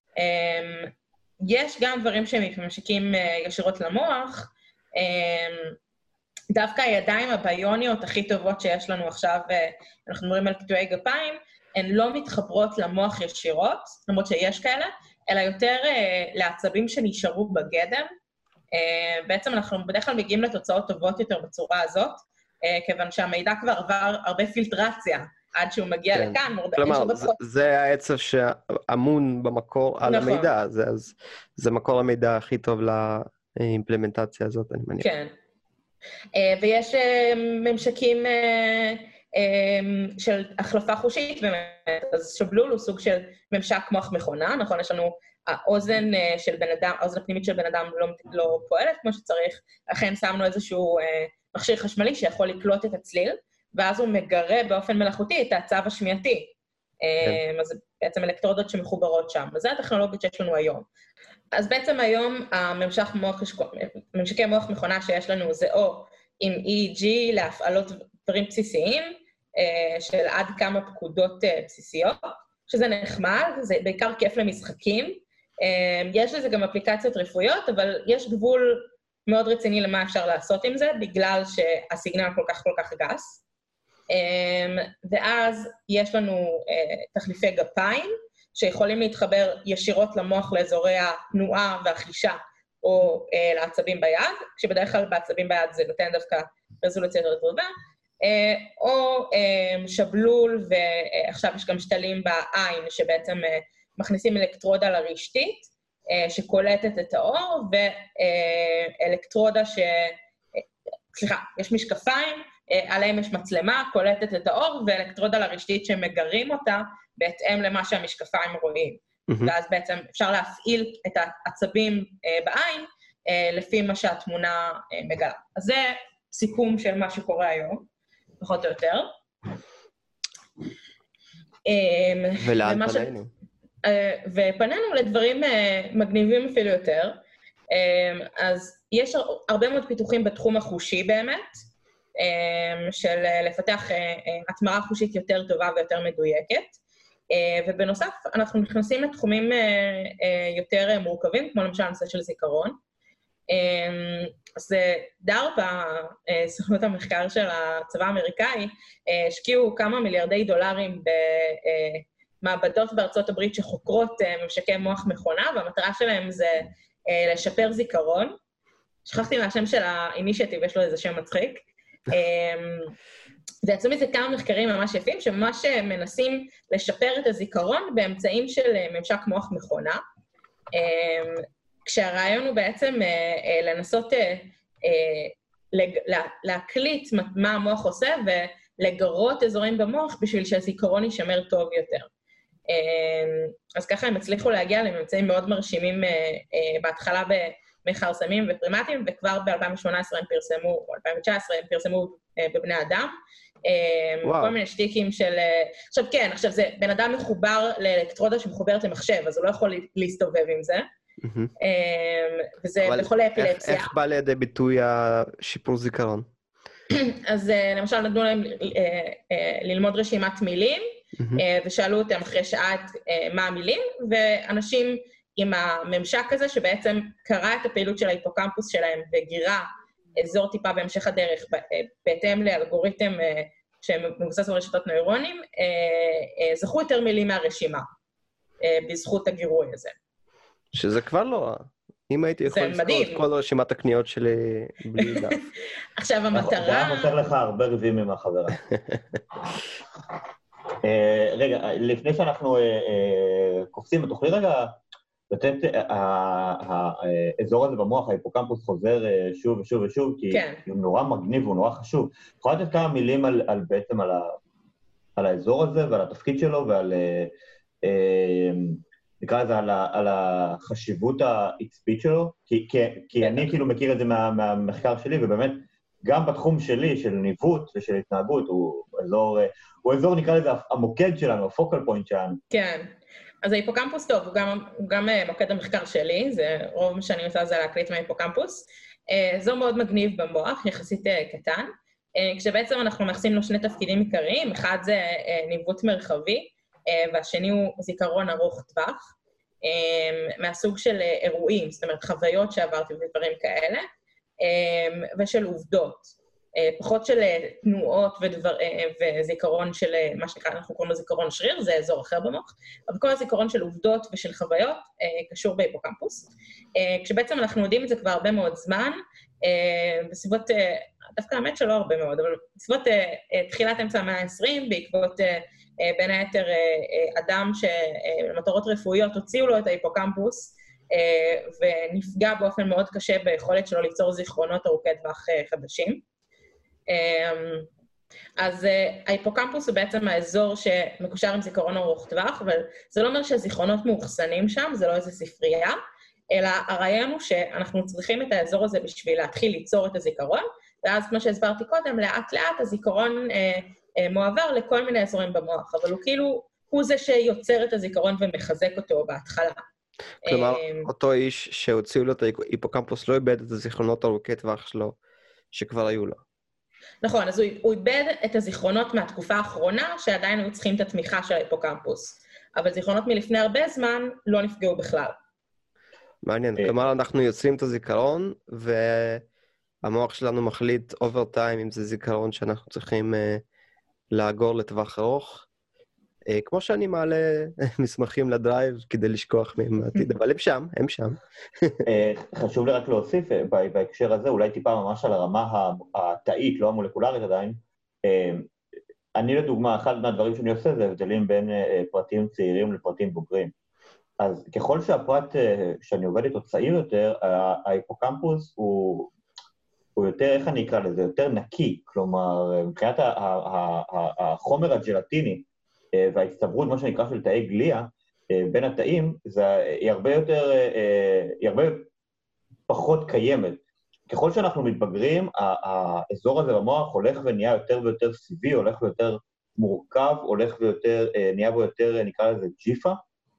יש גם דברים שהם מתממשקים ישירות למוח. דווקא הידיים הביוניות הכי טובות שיש לנו עכשיו, אנחנו מדברים על קטועי גפיים, הן לא מתחברות למוח ישירות, למרות שיש כאלה, אלא יותר לעצבים שנשארו בגדם. בעצם אנחנו בדרך כלל מגיעים לתוצאות טובות יותר בצורה הזאת, כיוון שהמידע כבר עבר הרבה פילטרציה, עד שהוא מגיע לכאן. כלומר, זה העצב שאמון במקור על המידע, אז זה מקור המידע הכי טוב לאימפלמנטציה הזאת, אני מניח. כן. ויש ממשקים של החלפה חושית, באמת. אז שבלול הוא סוג של ממשק מוח מכונה, נכון? יש לנו האוזן של בן אדם, האוזן הפנימית של בן אדם לא פועלת כמו שצריך, לכן שמנו איזשהו מכשיר חשמלי שיכול לקלוט את הצליל, ואז הוא מגרה באופן מלאכותי את הצו השמיעתי. אז בעצם אלקטרודות שמחוברות שם. וזה הטכנולוגיות שיש לנו היום. אז בעצם היום ממשקי מוח מכונה שיש לנו זה או עם EEG להפעלות דברים בסיסיים, של עד כמה פקודות בסיסיות, שזה נחמד, זה בעיקר כיף למשחקים. יש לזה גם אפליקציות רפואיות, אבל יש גבול מאוד רציני למה אפשר לעשות עם זה, בגלל שהסיגנל כל כך גס. ואז יש לנו תחליפי גפיים, שיכולים להתחבר ישירות למוח לאזורי התנועה והחישה, או לעצבים ביד, כשבדרך כלל בעצבים ביד זה נותן דווקא רזולוציה יותר טובה, או שבלול, ועכשיו יש גם שתלים בעין, שבעצם מכניסים אלקטרודה לרשתית, שקולטת את האור, ואלקטרודה יש משקפיים, עליהם יש מצלמה, קולטת את האור, ואלקטרודה לרשתית שמגרים אותה, בהתאם למה שהמשקפיים רואים. ואז בעצם אפשר להפעיל את העצבים בעין, לפי מה שהתמונה מגלה. אז זה סיכום של מה שקורה היום, פחות או יותר. ולאן פנינו? ופנינו לדברים מגניבים אפילו יותר. אז יש הרבה מאוד פיתוחים בתחום החושי באמת, של לפתח התמרה חושית יותר טובה ויותר מדויקת, ובנוסף אנחנו נכנסים לתחומים יותר מורכבים, כמו למשל הנושא של זיכרון. אז דארפה, סוכנות המחקר של הצבא האמריקאי, השקיעו כמה מיליארדי דולרים במעבדות בארצות הברית שחוקרות ממשקי מוח מכונה, והמטרה שלהם זה לשפר זיכרון. שכחתי מהשם של האינישייטיב, יש לו איזה שם מצחיק. ויצאו מזה כמה מחקרים ממש יפים, שממש מנסים לשפר את הזיכרון באמצעים של ממשק מוח מכונה, כשהרעיון הוא בעצם לנסות להקליט מה המוח עושה, ולגרות אזורים במוח בשביל שהזיכרון יישמר טוב יותר. אז ככה הם הצליחו להגיע לממצאים מאוד מרשימים בהתחלה במכרסמים ופרימטים, וכבר ב-2018 הם פרסמו, או 2019 הם פרסמו בבני אדם, כל מיני שטיקים של... עכשיו זה בן אדם מחובר לאלקטרודה שמחוברת למחשב, אז הוא לא יכול להסתובב עם זה, וזה בחולי אפילפסיה. איך בא לידי ביטוי השיפור זיכרון? אז למשל נתנו להם ללמוד רשימת מילים, ושאלו אותם אחרי שעה מה המילים, ואנשים עם הממשק הזה שבעצם קרא את הפעילות של ההיפוקמפוס שלהם וגירה אזור טיפה בהמשך הדרך, בהתאם לאלגוריתם שמבוסס על רשתות נוירונים, זכו יותר מילים מהרשימה, בזכות הגירוי הזה. שזה כבר לא רע. אם הייתי יכול לזכור את כל רשימת הקניות שלי בלי דף. עכשיו המטרה... זה היה מותר לך הרבה רבים עם החברה. רגע, לפני שאנחנו קופצים, תוכלי רגע לתת, האזור הזה במוח, ההיפוקמפוס חוזר שוב ושוב ושוב, כי הוא נורא מגניב, הוא נורא חשוב. יכולה לתת כמה מילים בעצם על האזור הזה ועל התפקיד שלו ועל, נקרא לזה, על החשיבות העצבית שלו, כי אני כאילו מכיר את זה מהמחקר שלי, ובאמת גם בתחום שלי, של ניווט ושל התנהגות, הוא אזור, נקרא לזה, המוקד שלנו, הפוקל פוינט שלנו. כן. אז ההיפוקמפוס טוב, הוא גם מוקד המחקר שלי, זה רוב מה שאני עושה זה להקליט מההיפוקמפוס. זו מאוד מגניב במוח, יחסית קטן, כשבעצם אנחנו מייחסים לו שני תפקידים עיקריים, אחד זה ניווט מרחבי, והשני הוא זיכרון ארוך טווח, מהסוג של אירועים, זאת אומרת חוויות שעברתי ודברים כאלה, ושל עובדות. פחות של תנועות וזיכרון של מה שנקרא, אנחנו קוראים לו זיכרון שריר, זה אזור אחר במוח, אבל כל הזיכרון של עובדות ושל חוויות קשור בהיפוקמפוס. כשבעצם אנחנו יודעים את זה כבר הרבה מאוד זמן, בסביבות, דווקא האמת שלא הרבה מאוד, אבל בסביבות תחילת אמצע המאה ה-20, בעקבות בין היתר אדם שלמטרות רפואיות הוציאו לו את ההיפוקמפוס, ונפגע באופן מאוד קשה ביכולת שלו ליצור זיכרונות ארוכי טווח חדשים. אז ההיפוקמפוס הוא בעצם האזור שמקושר עם זיכרון ארוך טווח, אבל זה לא אומר שהזיכרונות מאוחסנים שם, זה לא איזה ספרייה, אלא הרעיון הוא שאנחנו צריכים את האזור הזה בשביל להתחיל ליצור את הזיכרון, ואז כמו שהסברתי קודם, לאט לאט הזיכרון מועבר לכל מיני אזורים במוח, אבל הוא כאילו, הוא זה שיוצר את הזיכרון ומחזק אותו בהתחלה. כלומר, אותו איש שהוציאו לו את ההיפוקמפוס לא איבד את הזיכרונות ארוכי טווח שלו, שכבר היו לו. נכון, אז הוא איבד את הזיכרונות מהתקופה האחרונה, שעדיין היו צריכים את התמיכה של ההיפוקמפוס. אבל זיכרונות מלפני הרבה זמן לא נפגעו בכלל. מעניין, כלומר אנחנו יוצרים את הזיכרון, והמוח שלנו מחליט אובר טיים אם זה זיכרון שאנחנו צריכים לאגור לטווח ארוך. כמו שאני מעלה מסמכים לדרייב כדי לשכוח מהם העתיד, אבל הם שם. חשוב לי רק להוסיף בהקשר הזה, אולי טיפה ממש על הרמה התאית, לא המולקולרית עדיין. אני לדוגמה, אחד מהדברים שאני עושה זה הבדלים בין פרטים צעירים לפרטים בוגרים. אז ככל שהפרט שאני עובד איתו צעיר יותר, ההיפוקמפוס הוא יותר, איך אני אקרא לזה, יותר נקי. כלומר, מבחינת החומר הג'לטיני, וההצטברות, מה שנקרא של תאי גליה, בין התאים, היא הרבה פחות קיימת. ככל שאנחנו מתבגרים, האזור הזה במוח הולך ונהיה יותר ויותר סיבי, הולך ויותר מורכב, הולך ויותר, נהיה בו יותר, נקרא לזה ג'יפה,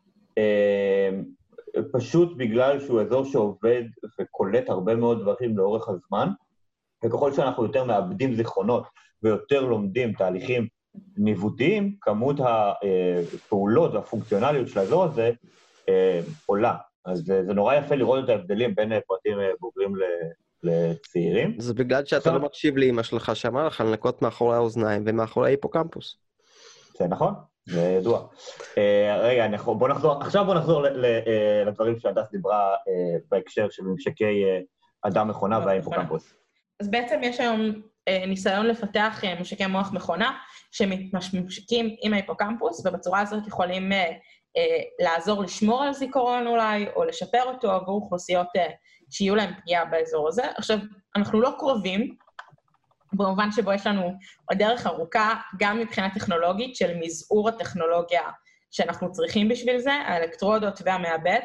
פשוט בגלל שהוא אזור שעובד וקולט הרבה מאוד דברים לאורך הזמן, וככל שאנחנו יותר מאבדים זיכרונות ויותר לומדים תהליכים ניווטיים, כמות הפעולות והפונקציונליות של האזור הזה עולה. אז זה נורא יפה לראות את ההבדלים בין פרטים בוגרים לצעירים. זה בגלל שאתה לא מקשיב לאמא שלך שאמר לך לנקות מאחורי האוזניים ומאחורי ההיפוקמפוס. זה נכון, זה ידוע. רגע, בוא נחזור לדברים שהדס דיברה בהקשר של ממשקי אדם מכונה וההיפוקמפוס. אז בעצם יש היום ניסיון לפתח ממשקי מוח מכונה, שממשקים עם ההיפוקמפוס, ובצורה הזאת יכולים לעזור לשמור על זיכרון אולי, או לשפר אותו עבור אוכלוסיות שיהיו להם פגיעה באזור הזה. עכשיו, אנחנו לא קרובים, במובן שבו יש לנו עוד דרך ארוכה, גם מבחינה טכנולוגית של מזעור הטכנולוגיה שאנחנו צריכים בשביל זה, האלקטרודות והמעבד,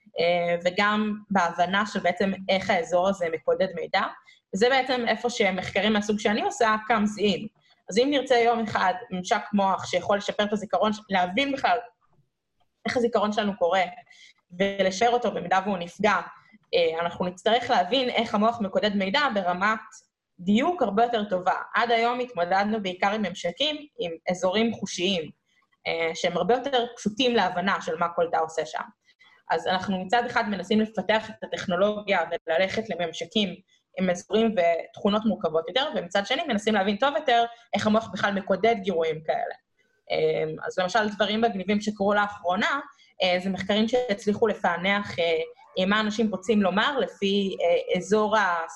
וגם בהבנה של בעצם איך האזור הזה מקודד מידע, וזה בעצם איפה שמחקרים מהסוג שאני עושה, קם זיעים. אז אם נרצה יום אחד ממשק מוח שיכול לשפר את הזיכרון, להבין בכלל איך הזיכרון שלנו קורה, ולשפר אותו במידה והוא נפגע, אנחנו נצטרך להבין איך המוח מקודד מידע ברמת דיוק הרבה יותר טובה. עד היום התמודדנו בעיקר עם ממשקים, עם אזורים חושיים, שהם הרבה יותר פשוטים להבנה של מה כל תא עושה שם. אז אנחנו מצד אחד מנסים לפתח את הטכנולוגיה וללכת לממשקים עם אזורים ותכונות מורכבות יותר, ומצד שני מנסים להבין טוב יותר איך המוח בכלל מקודד גירויים כאלה. אז למשל, דברים מגניבים שקרו לאחרונה, זה מחקרים שהצליחו לפענח מה אנשים רוצים לומר לפי אזור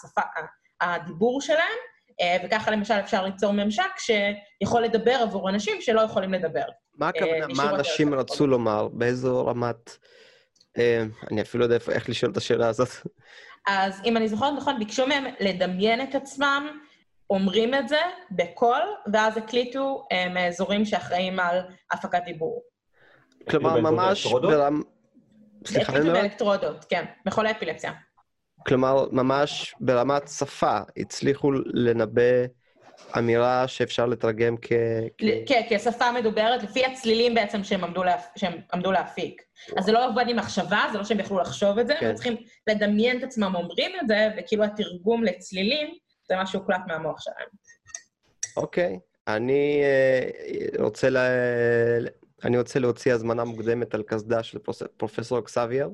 הדיבור שלהם, וככה למשל אפשר ליצור ממשק שיכול לדבר עבור אנשים שלא יכולים לדבר. מה הכוונה? מה אנשים רצו לומר? באיזו רמת? אני אפילו לא יודע איך לשאול את השאלה הזאת. אז אם אני זוכרת נכון, ביקשו מהם לדמיין את עצמם, אומרים את זה בקול, ואז הקליטו מאזורים שאחראים על הפקת דיבור. כלומר, ממש סליחה, אני אומר? באלקטרודות, כן, בחולי אפילפסיה. כלומר, ממש ברמת שפה, הצליחו לנבא אמירה שאפשר לתרגם כן, כשפה מדוברת, לפי הצלילים בעצם שהם עמדו להפיק. אז זה לא עובד עם מחשבה, זה לא שהם יכלו לחשוב את זה, הם צריכים לדמיין את עצמם אומרים את זה, וכאילו התרגום לצלילים, זה מה שהוקלט מהמוח שלהם. אוקיי, אני רוצה להוציא הזמנה מוקדמת על קסדה של פרופסור אקסאבייר.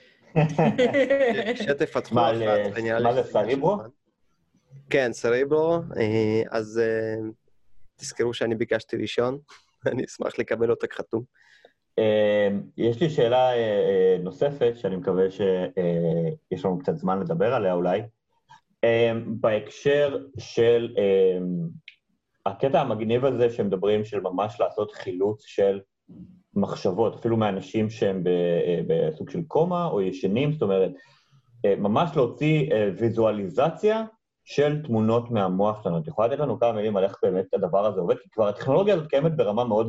שתפתחו אחת. מה זה סריברו? כן, סריברו, אז תזכרו שאני ביקשתי ראשון, אני אשמח לקבל אותה חתום. יש לי שאלה נוספת, שאני מקווה שיש לנו קצת זמן לדבר עליה אולי, בהקשר של הקטע המגניב הזה שמדברים של ממש לעשות חילוץ של מחשבות, אפילו מאנשים שהם בסוג של קומה או ישנים, זאת אומרת, ממש להוציא ויזואליזציה של תמונות מהמוח שלנו. את יכולה לתת לנו כמה מילים על איך באמת הדבר הזה עובד? כי כבר הטכנולוגיה הזאת קיימת ברמה מאוד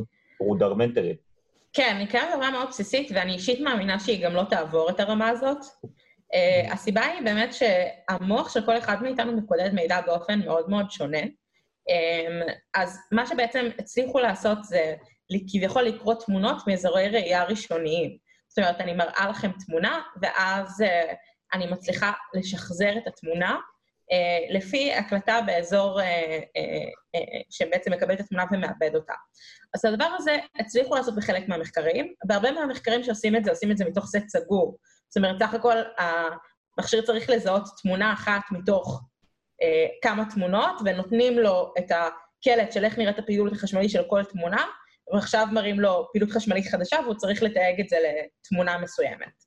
רודרמנטרית. כן, היא קיימת ברמה מאוד בסיסית, ואני אישית מאמינה שהיא גם לא תעבור את הרמה הזאת. הסיבה היא באמת שהמוח של כל אחד מאיתנו מקודד מידע באופן מאוד מאוד שונה, אז מה שבעצם הצליחו לעשות זה כביכול לקרוא תמונות מאזורי ראייה ראשוניים. זאת אומרת, אני מראה לכם תמונה, ואז אני מצליחה לשחזר את התמונה, לפי הקלטה באזור שבעצם מקבל את התמונה ומאבד אותה. אז הדבר הזה הצליחו לעשות בחלק מהמחקרים, והרבה מהמחקרים שעושים את זה, עושים את זה מתוך סט סגור. זאת אומרת, סך הכל המכשיר צריך לזהות תמונה אחת מתוך כמה תמונות, ונותנים לו את הקלט של איך נראית הפעילות החשמלית של כל תמונה, ועכשיו מראים לו פעילות חשמלית חדשה, והוא צריך לתייג את זה לתמונה מסוימת.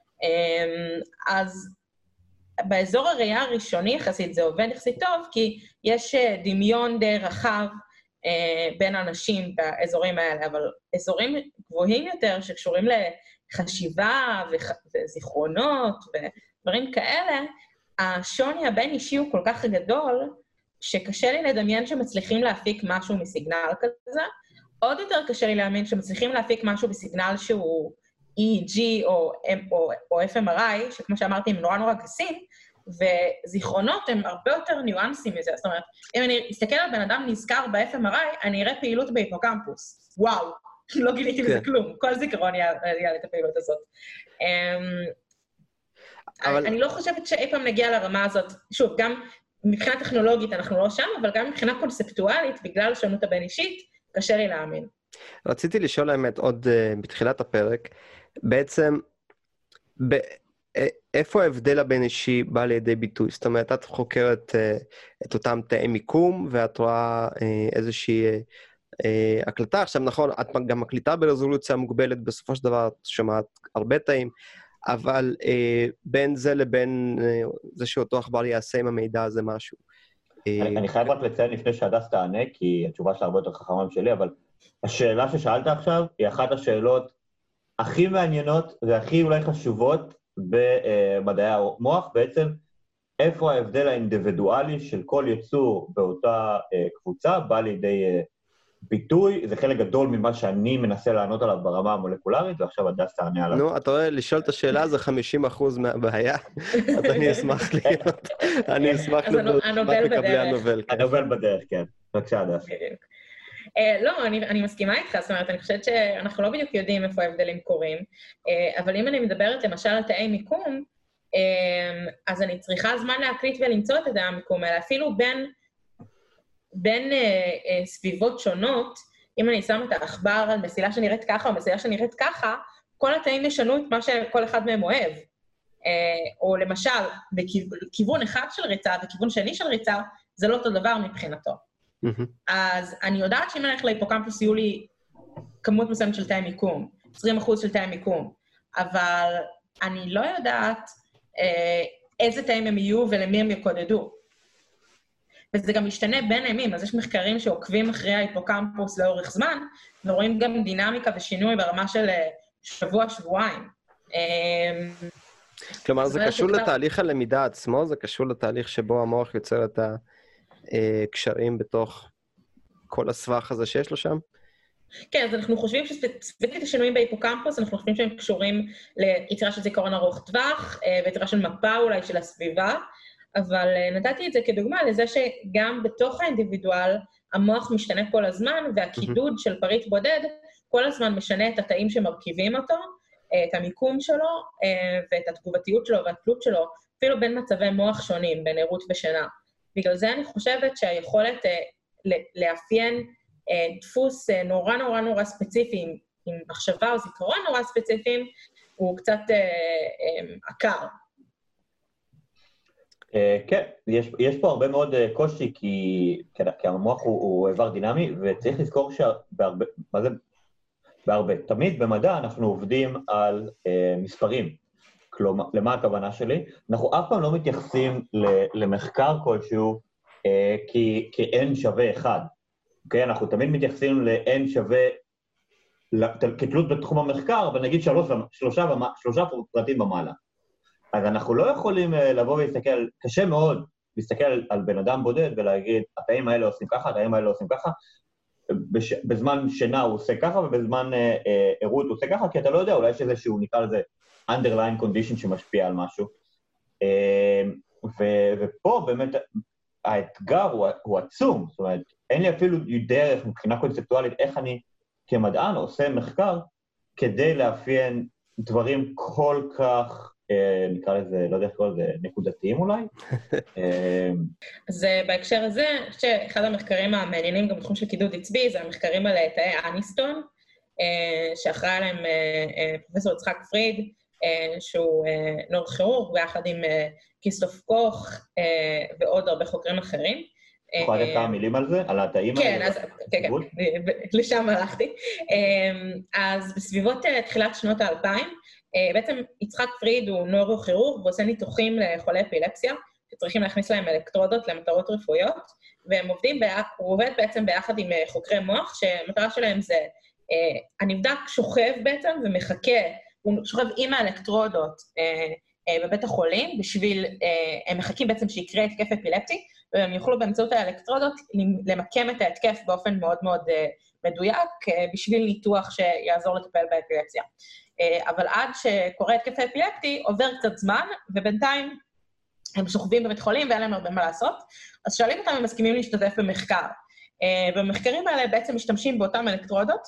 אז באזור הראייה הראשוני יחסית זה עובד יחסית טוב, כי יש דמיון די רחב בין אנשים באזורים האלה, אבל אזורים גבוהים יותר שקשורים לחשיבה וזיכרונות ודברים כאלה, השוני הבין אישי הוא כל כך גדול, שקשה לי לדמיין שמצליחים להפיק משהו מסיגנל כזה, עוד יותר קשה לי להאמין שמצליחים להפיק משהו בסיגנל שהוא EEG או FMRI, שכמו שאמרתי הם נורא נורא גסים, וזיכרונות הם הרבה יותר ניואנסים מזה. זאת אומרת, אם אני אסתכל על בן אדם נזכר ב-FMRI, אני אראה פעילות בהיפוקמפוס. וואו, לא גיליתי לזה כלום. כל זיכרון יעלה את הפעילות הזאת. אני לא חושבת שאי פעם נגיע לרמה הזאת. שוב, גם מבחינה טכנולוגית אנחנו לא שם, אבל גם מבחינה קונספטואלית, בגלל השונות הבין-אישית, קשה לי להאמין. רציתי לשאול האמת עוד בתחילת הפרק, בעצם איפה ההבדל הבין-אישי בא לידי ביטוי? זאת אומרת, את חוקרת את אותם תאי מיקום, ואת רואה איזושהי הקלטה. עכשיו נכון, את גם מקליטה ברזולוציה מוגבלת, בסופו של דבר את שומעת הרבה תאים, אבל בין זה לבין זה שאותו עכבר יעשה עם המידע הזה משהו. אני חייב רק לציין לפני שהדס תענה, כי התשובה שלה הרבה יותר חכמה משלי, אבל השאלה ששאלת עכשיו היא אחת השאלות הכי מעניינות והכי אולי חשובות במדעי המוח, בעצם איפה ההבדל האינדיבידואלי של כל יצור באותה קבוצה בא לידי ביטוי. זה חלק גדול ממה שאני מנסה לענות עליו ברמה המולקולרית, ועכשיו הדס תענה עליו. נו, אתה רואה, לשאול את השאלה זה 50% מהבעיה, אז אני אשמח להיות, הנובל בדרך. הנובל בדרך, כן. בבקשה, הדס. לא, אני מסכימה איתך, זאת אומרת, אני חושבת שאנחנו לא בדיוק יודעים איפה ההבדלים קורים, אבל אם אני מדברת למשל על תאי מיקום, אז אני צריכה זמן להקליט ולמצוא את תאי המיקום האלה, אפילו בין סביבות שונות, אם אני שם את העכבר על מסילה שנראית ככה או מסילה שנראית ככה, כל התאים ישנו את מה שכל אחד מהם אוהב. או למשל, בכיוון אחד של ריצה וכיוון שני של ריצה, זה לא אותו דבר מבחינתו. אז אני יודעת שאם אני הולך להיפוקמפוס יהיו לי כמות מסוימת של תאי מיקום, 20% של תאי מיקום, אבל אני לא יודעת איזה תאים הם יהיו ולמי הם יקודדו. וזה גם משתנה בין הימים, אז יש מחקרים שעוקבים אחרי ההיפוקמפוס לאורך זמן, ורואים גם דינמיקה ושינוי ברמה של שבוע-שבועיים. כלומר, זה קשור לתהליך הלמידה עצמו, זה קשור לתהליך שבו המוח יוצר את הקשרים בתוך כל הסבך הזה שיש לו שם? כן, אז אנחנו חושבים שספציפית השינויים בהיפוקמפוס, אנחנו חושבים שהם קשורים ליצירה של זיכרון ארוך טווח, ויצירה של מפה אולי של הסביבה, אבל נתתי את זה כדוגמה לזה שגם בתוך האינדיבידואל, המוח משתנה כל הזמן, והקידוד של פריט בודד כל הזמן משנה את התאים שמרכיבים אותו, את המיקום שלו, ואת התגובתיות שלו והתלות שלו, אפילו בין מצבי מוח שונים, בין ערות ושינה. בגלל זה אני חושבת שהיכולת לאפיין דפוס נורא נורא נורא ספציפי, עם מחשבה או זיכרון נורא ספציפיים, הוא קצת עקר. כן, יש פה הרבה מאוד קושי, כי המוח הוא איבר דינמי, וצריך לזכור תמיד במדע אנחנו עובדים על מספרים. כלומר, למה הכוונה שלי? אנחנו אף פעם לא מתייחסים למחקר כלשהו כ-n שווה 1. אוקיי? אנחנו תמיד מתייחסים ל-n שווה, כתלות בתחום המחקר, אבל נגיד שלושה פרטים במעלה. אז אנחנו לא יכולים לבוא ולהסתכל, קשה מאוד להסתכל על בן אדם בודד ולהגיד, התאים האלה עושים ככה, התאים האלה עושים ככה, בזמן שינה הוא עושה ככה, ובזמן ערות הוא עושה ככה, כי אתה לא יודע, אולי יש איזשהו, נקרא לזה, underlying condition שמשפיע על משהו. ופה באמת האתגר הוא עצום, זאת אומרת, אין לי אפילו דרך מבחינה קונספטואלית איך אני כמדען עושה מחקר כדי לאפיין דברים כל כך, נקרא לזה, לא יודע איך לקרוא לזה, נקודתיים אולי. אז בהקשר הזה, אני חושבת שאחד המחקרים המעניינים גם בתחום של קידוד עצבי, זה המחקרים על תאי אניסטון, שאחראי עליהם פרופסור יצחק פריד, שהוא נוירוכירורג, ביחד עם קיסטוף קוך ועוד הרבה חוקרים אחרים. יכולה לתת כמה מילים על זה? על התאים האלה? כן, אז כן, לשם הלכתי. אז בסביבות תחילת שנות ה-2000, בעצם יצחק פריד הוא נוירוכירורג, ועושה ניתוחים לחולי אפילפסיה, שצריכים להכניס להם אלקטרודות למטרות רפואיות, הוא עובד בעצם ביחד עם חוקרי מוח, שהמטרה שלהם זה, הנבדק שוכב בעצם ומחכה, הוא שוכב עם האלקטרודות בבית החולים, הם מחכים בעצם שיקרה התקף אפילפטי, והם יוכלו באמצעות האלקטרודות למקם את ההתקף באופן מאוד מאוד מדויק, בשביל ניתוח שיעזור לטפל באפילפסיה. אבל עד שקורה התקף אפילפטי, עובר קצת זמן, ובינתיים הם שוכבים בבית חולים ואין להם הרבה מה לעשות, אז שואלים אותם אם מסכימים להשתתף במחקר. במחקרים האלה בעצם משתמשים באותם אלקטרודות,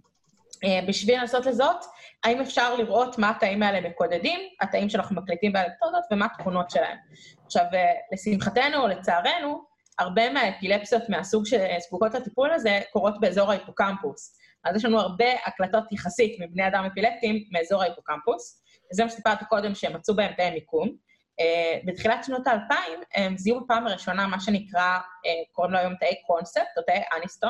בשביל לעשות לזאת, האם אפשר לראות מה התאים האלה מקודדים, התאים שאנחנו מקליטים באלקטרודות, ומה התכונות שלהם. עכשיו, לשמחתנו או לצערנו, הרבה מהאפילפסיות מהסוג שזקוקות לטיפול הזה, קורות באזור ההיפוקמפוס. אז יש לנו הרבה הקלטות יחסית מבני אדם אפילפטיים מאזור ההיפוקמפוס, וזה מה שסיפרתי קודם שהם מצאו בהם תאי מיקום. בתחילת שנות ה-2000, הם זיהו בפעם הראשונה מה שנקרא, קוראים לו היום תאי קונספט, או תאי אניסטון,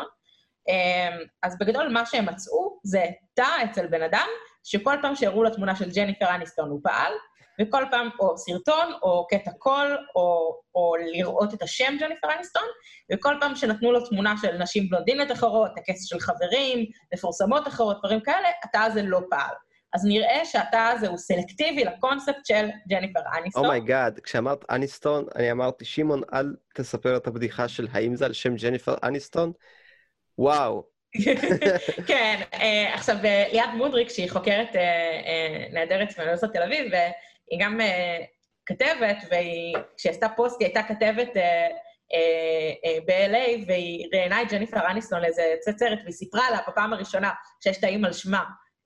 אז בגדול מה שהם מצאו זה תא אצל בן אדם, שכל פעם שהראו לו תמונה של ג'ניפר אניסטון הוא פעל, וכל פעם או סרטון או קטע קול, או לראות את השם ג'ניפר אניסטון, וכל פעם שנתנו לו תמונה של נשים בלונדיניות אחרות, טקס של חברים, מפורסמות אחרות, דברים כאלה, התא הזה לא פעל. אז נראה שהתא הזה הוא סלקטיבי לקונספט של ג'ניפר אניסטון. אומייגאד, כשאמרת אניסטון, אני אמרתי, שמעון, אל תספר את הבדיחה של האם זה על שם ג'ניפר אניסטון, וואו. כן, עכשיו, ליעד מודריק, שהיא חוקרת נהדרת מאוניברסיטת תל אביב, והיא גם כתבת, וכשהיא עשתה פוסט, היא הייתה כתבת ב-LA, והיא ראיינה את ג'ניפר אניסטון לאיזה סרט, והיא סיפרה לה בפעם הראשונה שיש תאים על שמה,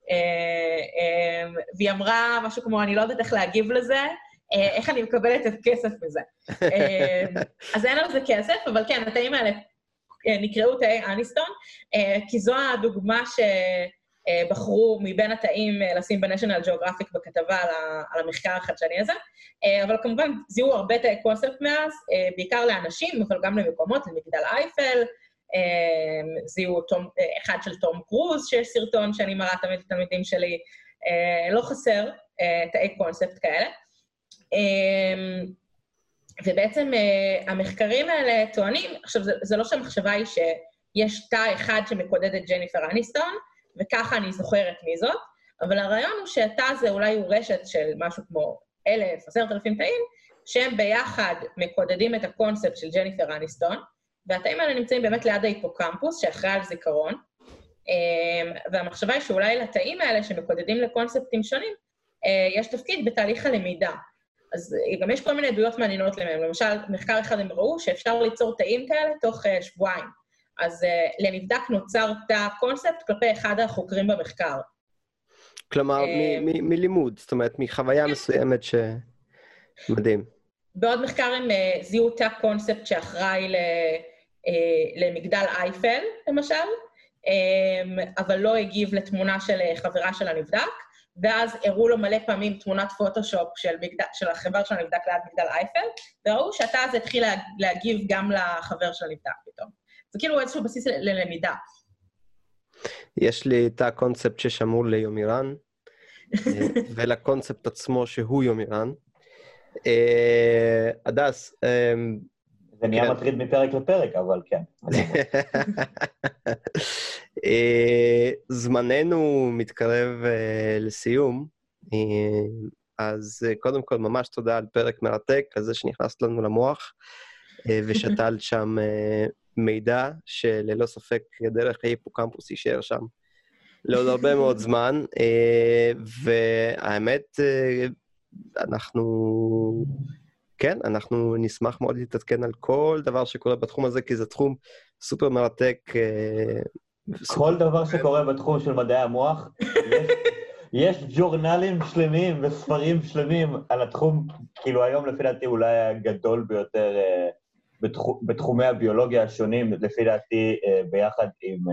והיא אמרה משהו כמו, אני לא יודעת איך להגיב לזה, איך אני מקבלת את כסף מזה. אז אין על זה כסף, אבל כן, התאים האלה נקראו תאי אניסטון, כי זו הדוגמה שבחרו מבין התאים לשים בנשיונל ג'אוגרפיק בכתבה על המחקר החדשני הזה, אבל כמובן זיהו הרבה תאי קונספט מאז, בעיקר לאנשים, אבל גם למקומות, למגדל אייפל, זיהו אחד של תום קרוז, שיש סרטון שאני מראה תמיד לתלמידים שלי, לא חסר תאי קונספט כאלה. ובעצם המחקרים האלה טוענים, עכשיו זה לא שהמחשבה היא שיש תא אחד שמקודד את ג'ניפר אניסטון, וככה אני זוכרת מי זאת, אבל הרעיון הוא שהתא הזה אולי הוא רשת של משהו כמו 1,000, 10,000 תאים, שהם ביחד מקודדים את הקונספט של ג'ניפר אניסטון, והתאים האלה נמצאים באמת ליד ההיפוקמפוס, שאחראי על זיכרון, והמחשבה היא שאולי לתאים האלה שמקודדים לקונספטים שונים, יש תפקיד בתהליך הלמידה. אז גם יש כל מיני עדויות מעניינות להם. למשל, מחקר אחד הם ראו שאפשר ליצור תאים כאלה תוך שבועיים. אז לנבדק נוצר תא קונספט כלפי אחד החוקרים במחקר. כלומר, מלימוד, זאת אומרת, מחוויה מסוימת שמדהים. בעוד מחקר הם זיהו תא קונספט שאחראי למגדל אייפל, למשל, אבל לא הגיב לתמונה של חברה של הנבדק, ואז הראו לו מלא פעמים תמונת פוטושופ של החבר של הנבדק ליד מגדל אייפל, וראו שהתא הזה התחיל להגיב גם לחבר של הנבדק פתאום. זה כאילו איזשהו בסיס ללמידה. יש לי תא קונספט ששמור ליומירן, ולקונספט עצמו שהוא יומירן. הדס, זה נהיה מטריד מפרק לפרק, אבל כן. זמננו מתקרב לסיום, אז קודם כל ממש תודה על פרק מרתק, על זה שנכנסת לנו למוח, ושתלת שם מידע שללא ספק דרך ההיפוקמפוס יישאר שם לעוד הרבה מאוד זמן, והאמת, אנחנו נשמח מאוד להתעדכן על כל דבר שקורה בתחום הזה, כי זה תחום סופר מרתק. כל דבר שקורה בתחום של מדעי המוח, יש ג'ורנלים שלמים וספרים שלמים על התחום, כאילו היום לפי דעתי אולי הגדול ביותר בתחומי הביולוגיה השונים, לפי דעתי ביחד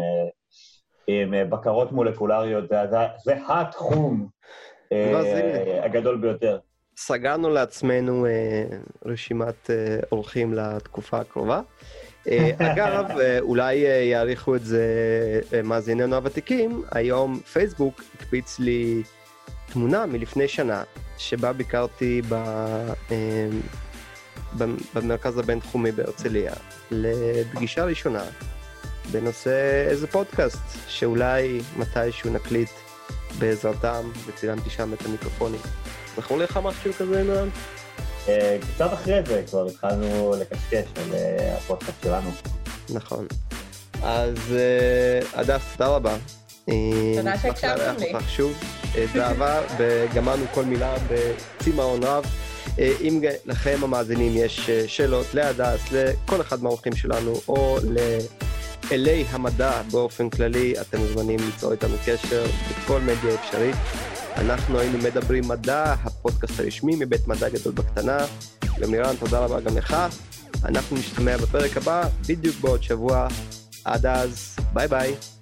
עם בקרות מולקולריות, זה התחום הגדול ביותר. סגרנו לעצמנו רשימת אורחים לתקופה הקרובה. אגב, אולי יעריכו את זה מאזיננו הוותיקים, היום פייסבוק הקפיץ לי תמונה מלפני שנה, שבה ביקרתי במרכז הבינתחומי בהרצליה, לפגישה ראשונה בנושא איזה פודקאסט, שאולי מתישהו נקליט בעזרתם, וצילמתי שם את המיקרופונים. זכור לך משהו כזה, נועם? קצת אחרי זה כבר התחלנו לקשקש על הפודקאסט שלנו. נכון. אז הדס, תודה רבה. תודה שהקשבתם לי. שוב, באהבה, וגמרנו כל מילה בצמאון רב. אם לכם המאזינים יש שאלות להדס, לכל אחד מהאורחים שלנו, או לאלי המדע באופן כללי, אתם מוזמנים ליצור איתנו קשר בכל מדיה אפשרית. אנחנו היינו מדברים מדע, הפודקאסט הרשמי מבית מדע גדול בקטנה. גם לירן, תודה רבה גם לך. אנחנו נשתמע בפרק הבא, בדיוק בעוד שבוע. עד אז, ביי ביי.